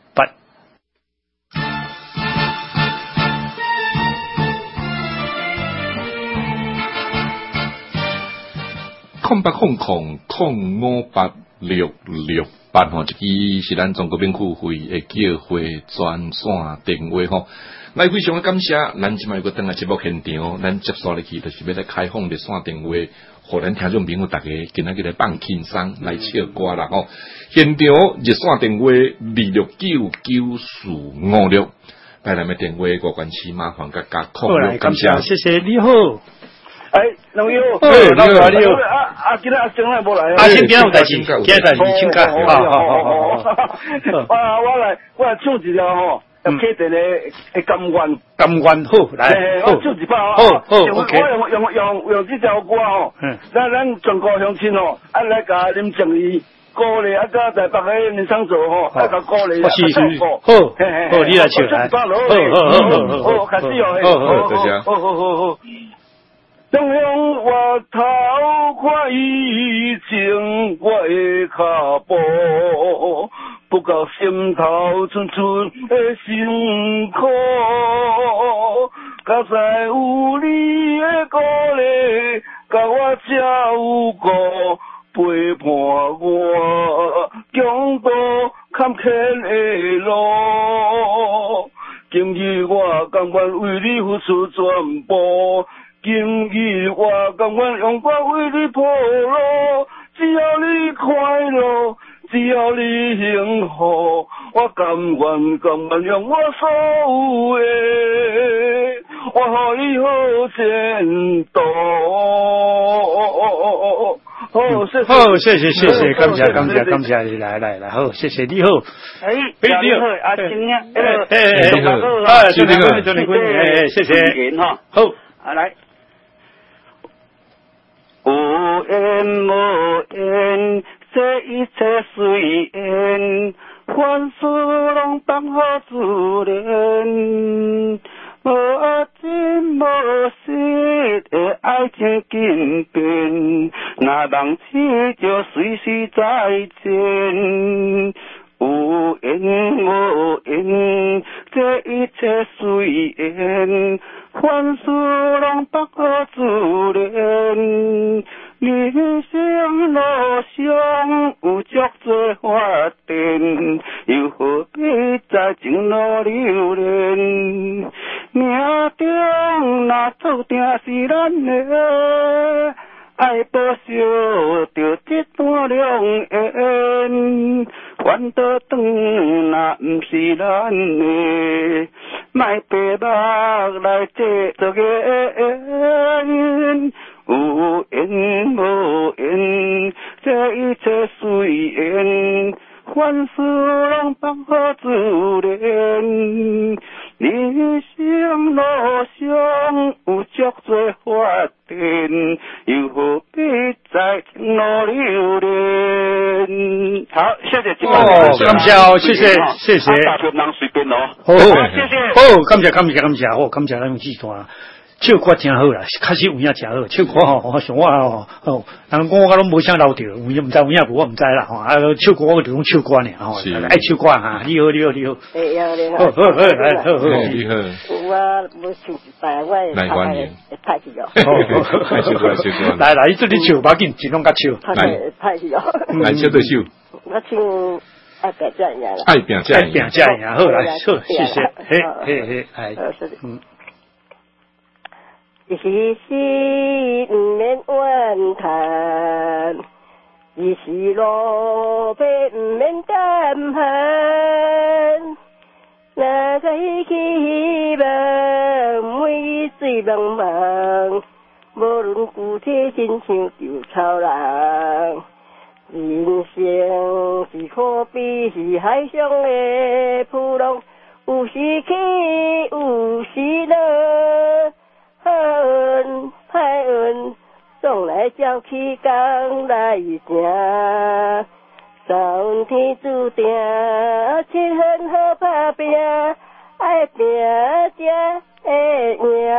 空八空空空五八六六八吼，这支是咱中国免付费的叫会专线电话吼。来非常的感谢，咱即卖个等下节目现场，咱接续入去就是要来开放热线电话，互咱听众朋友大家今仔日来放轻松来唱歌啦吼。现场热线电话二六九九四五六，来咱们电话国关系麻烦甲加空六，感谢， 谢谢你好。 哎，老友， 哎，你好，你好。 啊啊，今日阿星来无来？ 阿星今日有代志，今日代志请假。好好好好。 啊，我来，我来唱一条吼，要启定的的甘愿。 甘愿好，来。 我唱一把啊。 好好 ，OK。 我用用用用这条歌吼，咱咱全国乡亲吼，啊来甲林正义鼓励，啊甲台北的民生组吼，啊甲鼓励。 是是。好，好，你来唱来。好好好好。 好，开始哦。 好好，谢谢。 好好好好。中央我头看以前我的脚步，不觉心头寸寸的辛苦，较在有你的鼓励，甲我才有个陪伴我强度坎坷的路。今日我甘愿为你付出全部。今日我甘愿用我为你铺路，只要你快乐，只要你幸福，我甘愿甘愿用我所有的，我予你好前途。好，谢谢， 好，谢谢，谢谢，感谢，感谢，感谢，来来来，好，谢谢，你好， 哎，你好，阿青呀， 哎哎，你好，啊，祝你好，祝你好，哎，谢谢，好， 啊来。有缘无缘，这一切随缘，凡事拢放乎自然。无真无实的爱情经变，若梦醒就随时再见。有缘无缘，这一切随缘，凡事拢放乎自然。人生路上有足多发展，又何必在前路留恋？命中若注定是咱的，爱保守着这段良缘。反倒转若毋是咱的，莫白目来这做缘。有缘无缘，这一切随缘，凡事拢放乎自然。人生路上有谢谢金哦，感谢哦，谢谢谢谢。 大家能随便哦。 好，谢谢。好，感谢感谢感谢，好，感谢咱们记住啊。唱歌真好啦，确实有影真好。唱歌吼，像我吼，哦，人讲我拢无啥留着，有影毋知有影无我毋知啦吼。啊，唱歌我就讲唱歌尔吼，爱唱歌哈。你好，你好，你好。 哎呀，你好。 好好好，来，好好。 你好。 我无唱一摆，我会派去哦。 来唱歌，唱歌。 来来，你做你唱，把紧，尽量甲唱。 来，派去哦。 来唱对手。 我唱爱拼这样啦。 爱拼这样。爱拼这样，好来，好，谢谢。嘿，嘿嘿，哎，嗯。 一时时毋免怨叹，一时路爬毋免担寒。若个希望每水茫茫，无论具体亲像稻草人。人生是可比是海上的浮浪，有时起有时落。好运歹运，总来照起工来成。三运天注定，七分好打拼，爱拼才会赢。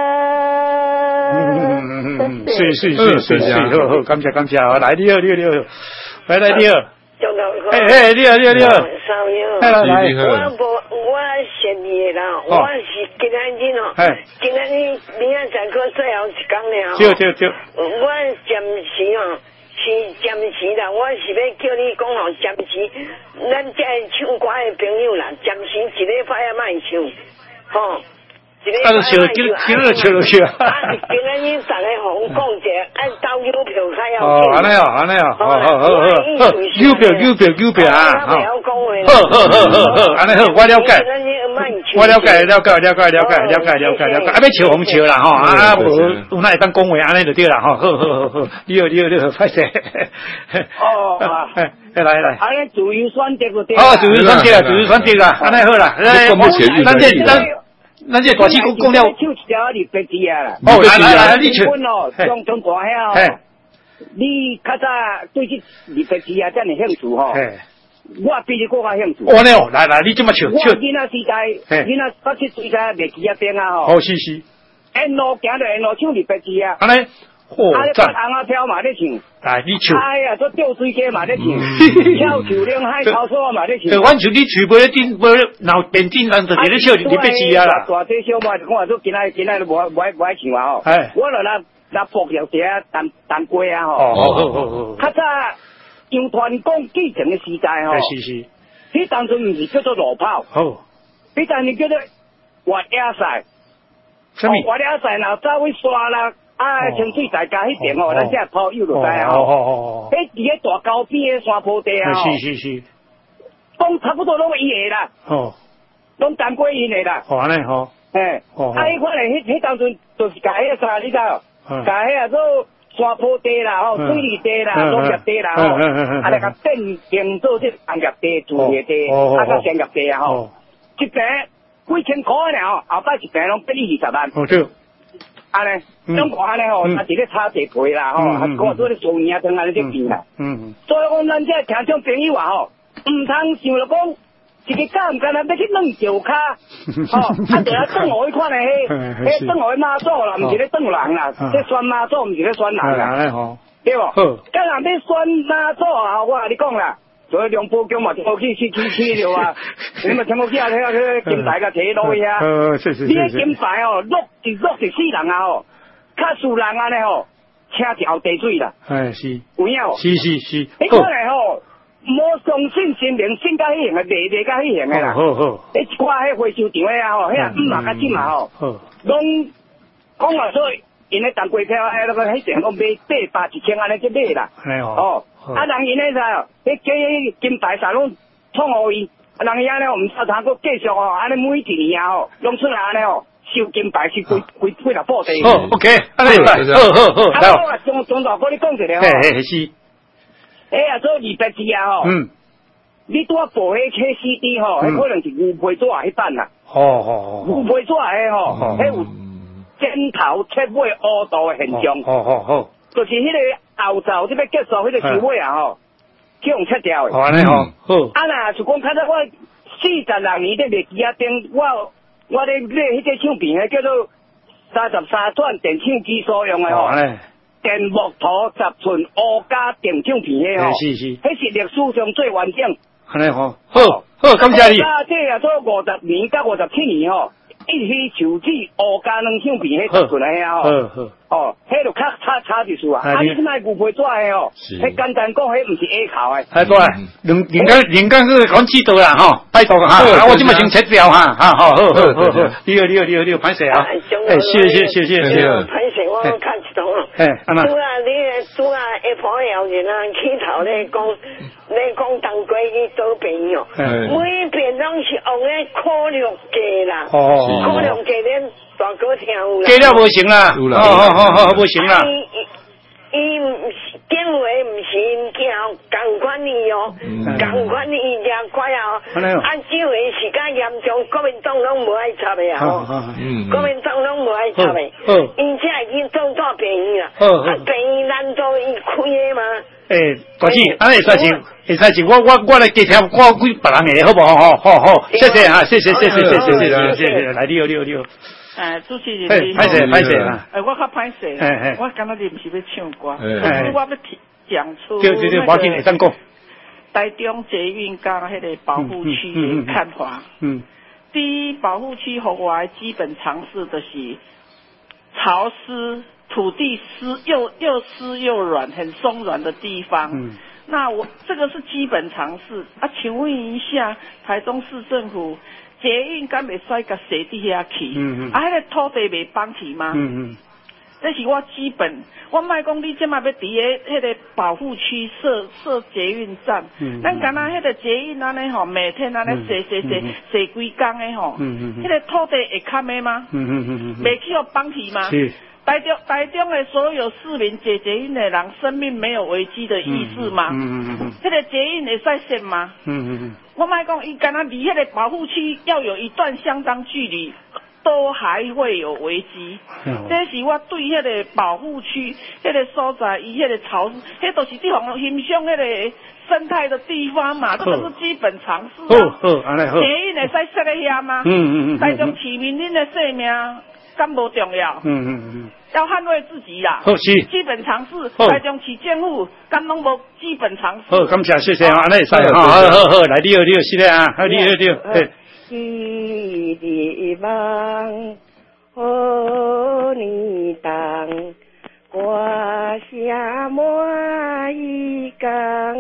嗯，是是是是是，好好，感谢感谢，来你好你好你好，来来你好。哎哎，你好你好你好。来来来， 我无我善意的啦，我是今仔日哦，今仔日明仔载过最后一天了。 对对对。 我暂时哦，是暂时啦，我是要叫你讲哦，暂时，咱这唱歌的朋友啦，暂时一礼拜也莫唱，吼。 啊，就笑，今今日笑就笑。 啊，今仔日逐个互我讲者，按投邮票较要紧。 哦，安尼哦，安尼哦，好好好好好，邮票邮票邮票啊，好。好好好好好，安尼好，我了解。我了解了解了解了解了解了解了解，啊，要笑红笑啦吼，啊，无有哪会当讲话安尼就对啦吼，好好好好，你好你好你好，快些。 哦， 哎，来来。 安尼自由选择就对。 哦，自由选择啊，自由选择啊，安尼好啦。咱这咱。咱这大师讲讲了， 唱一条二百字啊啦。 哦，来来来，你唱。 哦，中中大遐哦。你较早对这二百字啊，这样兴趣吼。我比你更加兴趣。 哦，呢哦，来来，你这么唱。 我囡仔时代，囡仔八七岁才袂记啊边啊吼。 哦，是是。 沿路行着沿路唱二百字啊。 安尼。 哦，赞！红啊飘嘛咧唱， 来你唱。 哎呀，做吊水鸡嘛咧唱，跳球岭海潮沙嘛咧唱。 对，阮像你厝无咧顶，无闹电顶，人就伫咧唱二百字啊啦。 大体小嘛，我话说今仔今仔都无无爱无爱唱啊吼。哎，我就那那博了些蛋蛋龟啊吼。 哦，好好好。 较早杨团讲继承的时代吼。 是是。 迄当阵毋是叫做路跑。 好。 迄当阵叫做滑野赛。 什么？ 滑野赛若走去刷啦。啊，清水大家迄边哦，咱遮跑友就知啊吼。哦哦哦。 迄伫个大沟边个山坡地啊。 是是是。 讲差不多拢伊个啦。哦。拢单过因个啦。 好安尼吼。 嘿。哦。啊，迄款诶，迄迄当阵就是甲迄个啥，你知哦？嗯。甲迄个做山坡地啦，吼，水泥地啦，农业地啦，吼。嗯嗯嗯。啊，来甲变形做这工业地、住业地，啊，甲商业地啊，吼。一平几千块尔吼，后摆一平拢变你二十万。 哦对。 安尼，拢看安尼吼，啊，伫咧炒地皮啦吼，啊，讲做咧做年啊，当安尼咧变啦。嗯。所以讲，咱这听众朋友啊吼，毋通想着讲一个假毋干那要去弄脚骹，吼，啊，就要转互迄款诶，迄，迄转互迄马祖啦，毋是咧转人啦，咧选马祖，毋是咧选人啦。 安尼吼， 对无？好。假若要选马祖啊，我甲你讲啦。所以龙宝宫嘛，听我去去去去着啊！你嘛听我去啊，睇下去金牌甲摕落去啊！你迄金牌哦，落是落是死人啊吼，较输人安尼吼，请一后地水啦。 哎是。 有影哦。 是是是。 你看来吼，无相信心灵，信甲迄样诶，袂袂甲迄样诶啦。 好好。 你一挂迄回收场诶啊吼，迄啊五嘛甲七嘛吼，拢讲话说因咧当股票诶，那个迄阵讲买八百一千安尼去买啦。 系哦。啊，人因咧啥？迄迄金牌啥拢创互伊，人伊安尼，毋知通个继续吼，安尼每一年啊吼，拢出来安尼吼，收金牌是几几几若布地。 好 ，OK， 安尼来，好好好， 来。啊，我中中大哥你讲一个吼。 嘿嘿是。 哎呀，做二百字啊吼。嗯。你拄啊播迄迄 C D 吼，迄可能是牛皮纸迄版啦。 好好好。 牛皮纸迄吼，迄有剪头切尾乌道诶现象。 好好好。 就是迄个后昼即要结束迄个收尾啊吼。 去用切掉的。 好安尼吼，好。 啊那就讲，较早我四十六年咧历史啊顶，我我咧咧迄个唱片诶叫做三十三段电唱机所用诶吼。电木头十寸乌加电唱片诶吼。 是是。 迄是历史上最完整。 安尼吼，好，好，感谢你。 啊，这也做五十年到五十七年吼。一起手指乌加两唱片，迄十寸诶啊吼，哦，迄就较差差一丝啊。啊，你即摆牛皮纸诶吼，迄简单讲，迄毋是 A 考诶。 系对，人人家人家是讲知道啦吼，拜托哈，啊，我即摆先切掉哈，哈，好好好好好，你好你好你好你好，歹势啊，诶，谢谢谢谢谢谢。 歹势，我看一种啊。 诶，安那？ 拄啊，你拄啊，下晡谣人啊，起头咧讲，咧讲当归去做朋友，每遍拢是用咧可乐价啦。哦。可能给恁大哥听有啦， 给了无行啦，哦哦哦哦，无行啦。 伊伊毋是讲话毋是因囝，共款伊哦，共款伊掠怪哦。啊，这回是较严重，国民党拢无爱插的啊！国民党拢无爱插的，因这已经做大病院啦。啊，病院难道伊开的吗？ 诶，大姐，安尼会使行，会使行，我我我来加听，我几别人的好不好？好好好，谢谢哈，谢谢谢谢谢谢谢谢谢谢，来你好你好你好。 诶，主持人你好。 歹势歹势啊！ 诶，我较歹势啦，我感觉你毋是要唱歌，可是我要讲出对对对，我紧会当讲。 台中捷运港迄个保护区的看法。嗯。第一，保护区户外基本常识的是潮湿。土地湿又又湿又软，很松软的地方。嗯，那我这个是基本常识啊。请问一下，台中市政府捷运敢袂使甲设伫遐去？嗯嗯。啊，迄、那个土地袂放弃吗？嗯嗯。这是我基本，我莫讲你即马要伫个迄个保护区设设捷运站。嗯。咱敢若迄个捷运安尼吼，每天安尼设设设设几工诶吼。嗯嗯嗯。迄个土地会堪的吗？嗯嗯嗯嗯。袂去互放弃吗？是。台中台中的所有市民坐捷运的人，生命没有危机的意识吗？嗯嗯嗯。这个捷运会使设吗？嗯嗯嗯。我莫讲，伊敢若离迄个保护区要有一段相当距离，都还会有危机。嗯。这是我对迄个保护区迄个所在，伊迄个潮湿，迄都是地方欣赏迄个生态的地方嘛，这个是基本常识啊。好，好，安尼好。捷运会使设在遐吗？嗯嗯嗯。台中市民恁的性命敢无重要？嗯嗯嗯。要捍卫自己啦，好是基本常识。台中市政府敢拢无基本常识。好，感谢谢谢啊，安尼会使啊，好好好，来你好你好，是的啊，好你好你好。嘿。希望和你当挂下满一缸，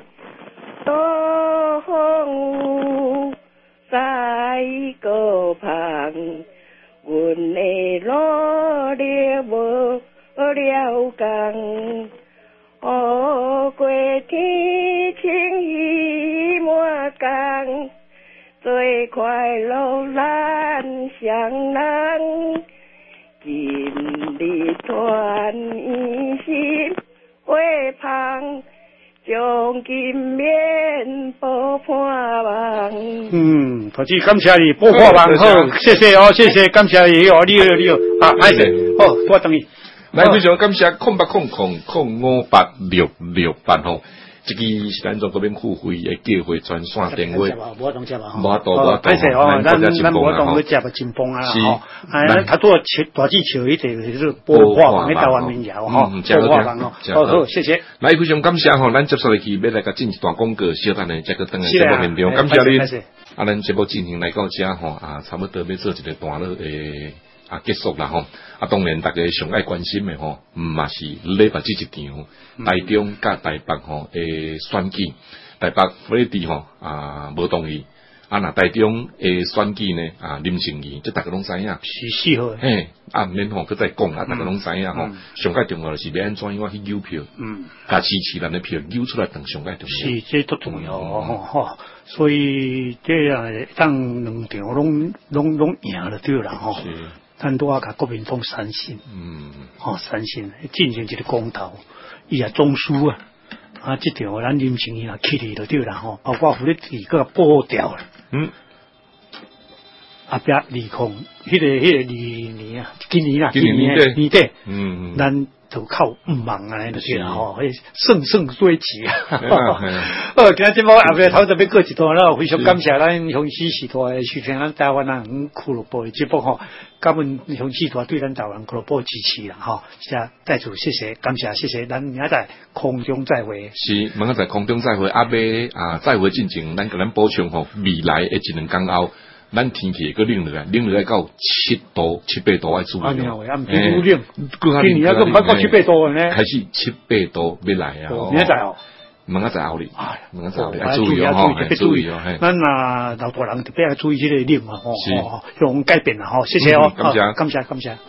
多风在个旁。阮的努力无了工，雨过天晴雨满工，做快乐咱双人，今日团心花芳。将金面波破网。嗯，同志感谢你波破网，好，谢谢哦，谢谢，感谢你哦，你好你好，啊，歹势，好，我等你。来，非常感谢空八空空空五八六六八吼。这个是咱做嗰边付费的机会专线电话，无当接嘛，无多无多，歹势哦，咱咱无当去接啊，真棒啊，吼，哎，他多笑大字笑一点就是播画网，喺台湾民谣吼，播画网哦，好好，谢谢。来，非常感谢吼，咱接下来去要来个进一段广告，小等呢，再个等下节目面中，感谢你。啊，咱节目进行来到这吼啊，差不多要做一个段落诶。啊，结束啦吼！啊，当然，大家上爱关心的吼，毋嘛是礼拜这一场台中甲台北吼诶选举，台北府地吼啊无同意，啊那台中诶选举呢啊林清怡，即大家拢知影，是是好，嘿，啊免吼，佮再讲啊，大家拢知影吼。上界重要就是要安怎样去邮票，嗯，甲支持咱的票邮出来，等上界重要。是，这都重要哦，吼。所以这啊，当两场拢拢拢赢了对啦，吼。咱都要甲国民党三信，嗯，吼、哦、三信进行一个公投，伊也中枢啊，啊，这条咱林清怡啊，起嚟就对啦吼，包括福利地个保掉了，嗯，后壁利空，迄、那個迄、那個二年啊，今年啊，今年年底，年底，嗯，咱就靠毋忙啊，就是啦吼，迄乘胜追击啊。呃，今仔节目后尾头就要过一段了，非常感谢咱雄狮时代收听咱台湾人俱乐部的节目吼，感恩雄狮时代对咱台湾俱乐部支持啦吼，是啊，再次谢谢，感谢谢谢，咱明仔载空中再会。 是，明仔载空中再会，啊，要啊再会进前，咱甲咱补充吼，未来的一两天后。咱天气个冷落来，冷落来到七度、七八度爱注意哦。 啊，唔是愈冷，今年啊个唔捌到七八度呢。 开始七八度要来啊！ 明仔载哦， 明仔载后哩，明仔载后哩要注意哦， 特别注意哦。咱啊老大人特别要注意这个冷啊，吼，用改变啦，吼，谢谢哦， 感谢， 感谢，感谢。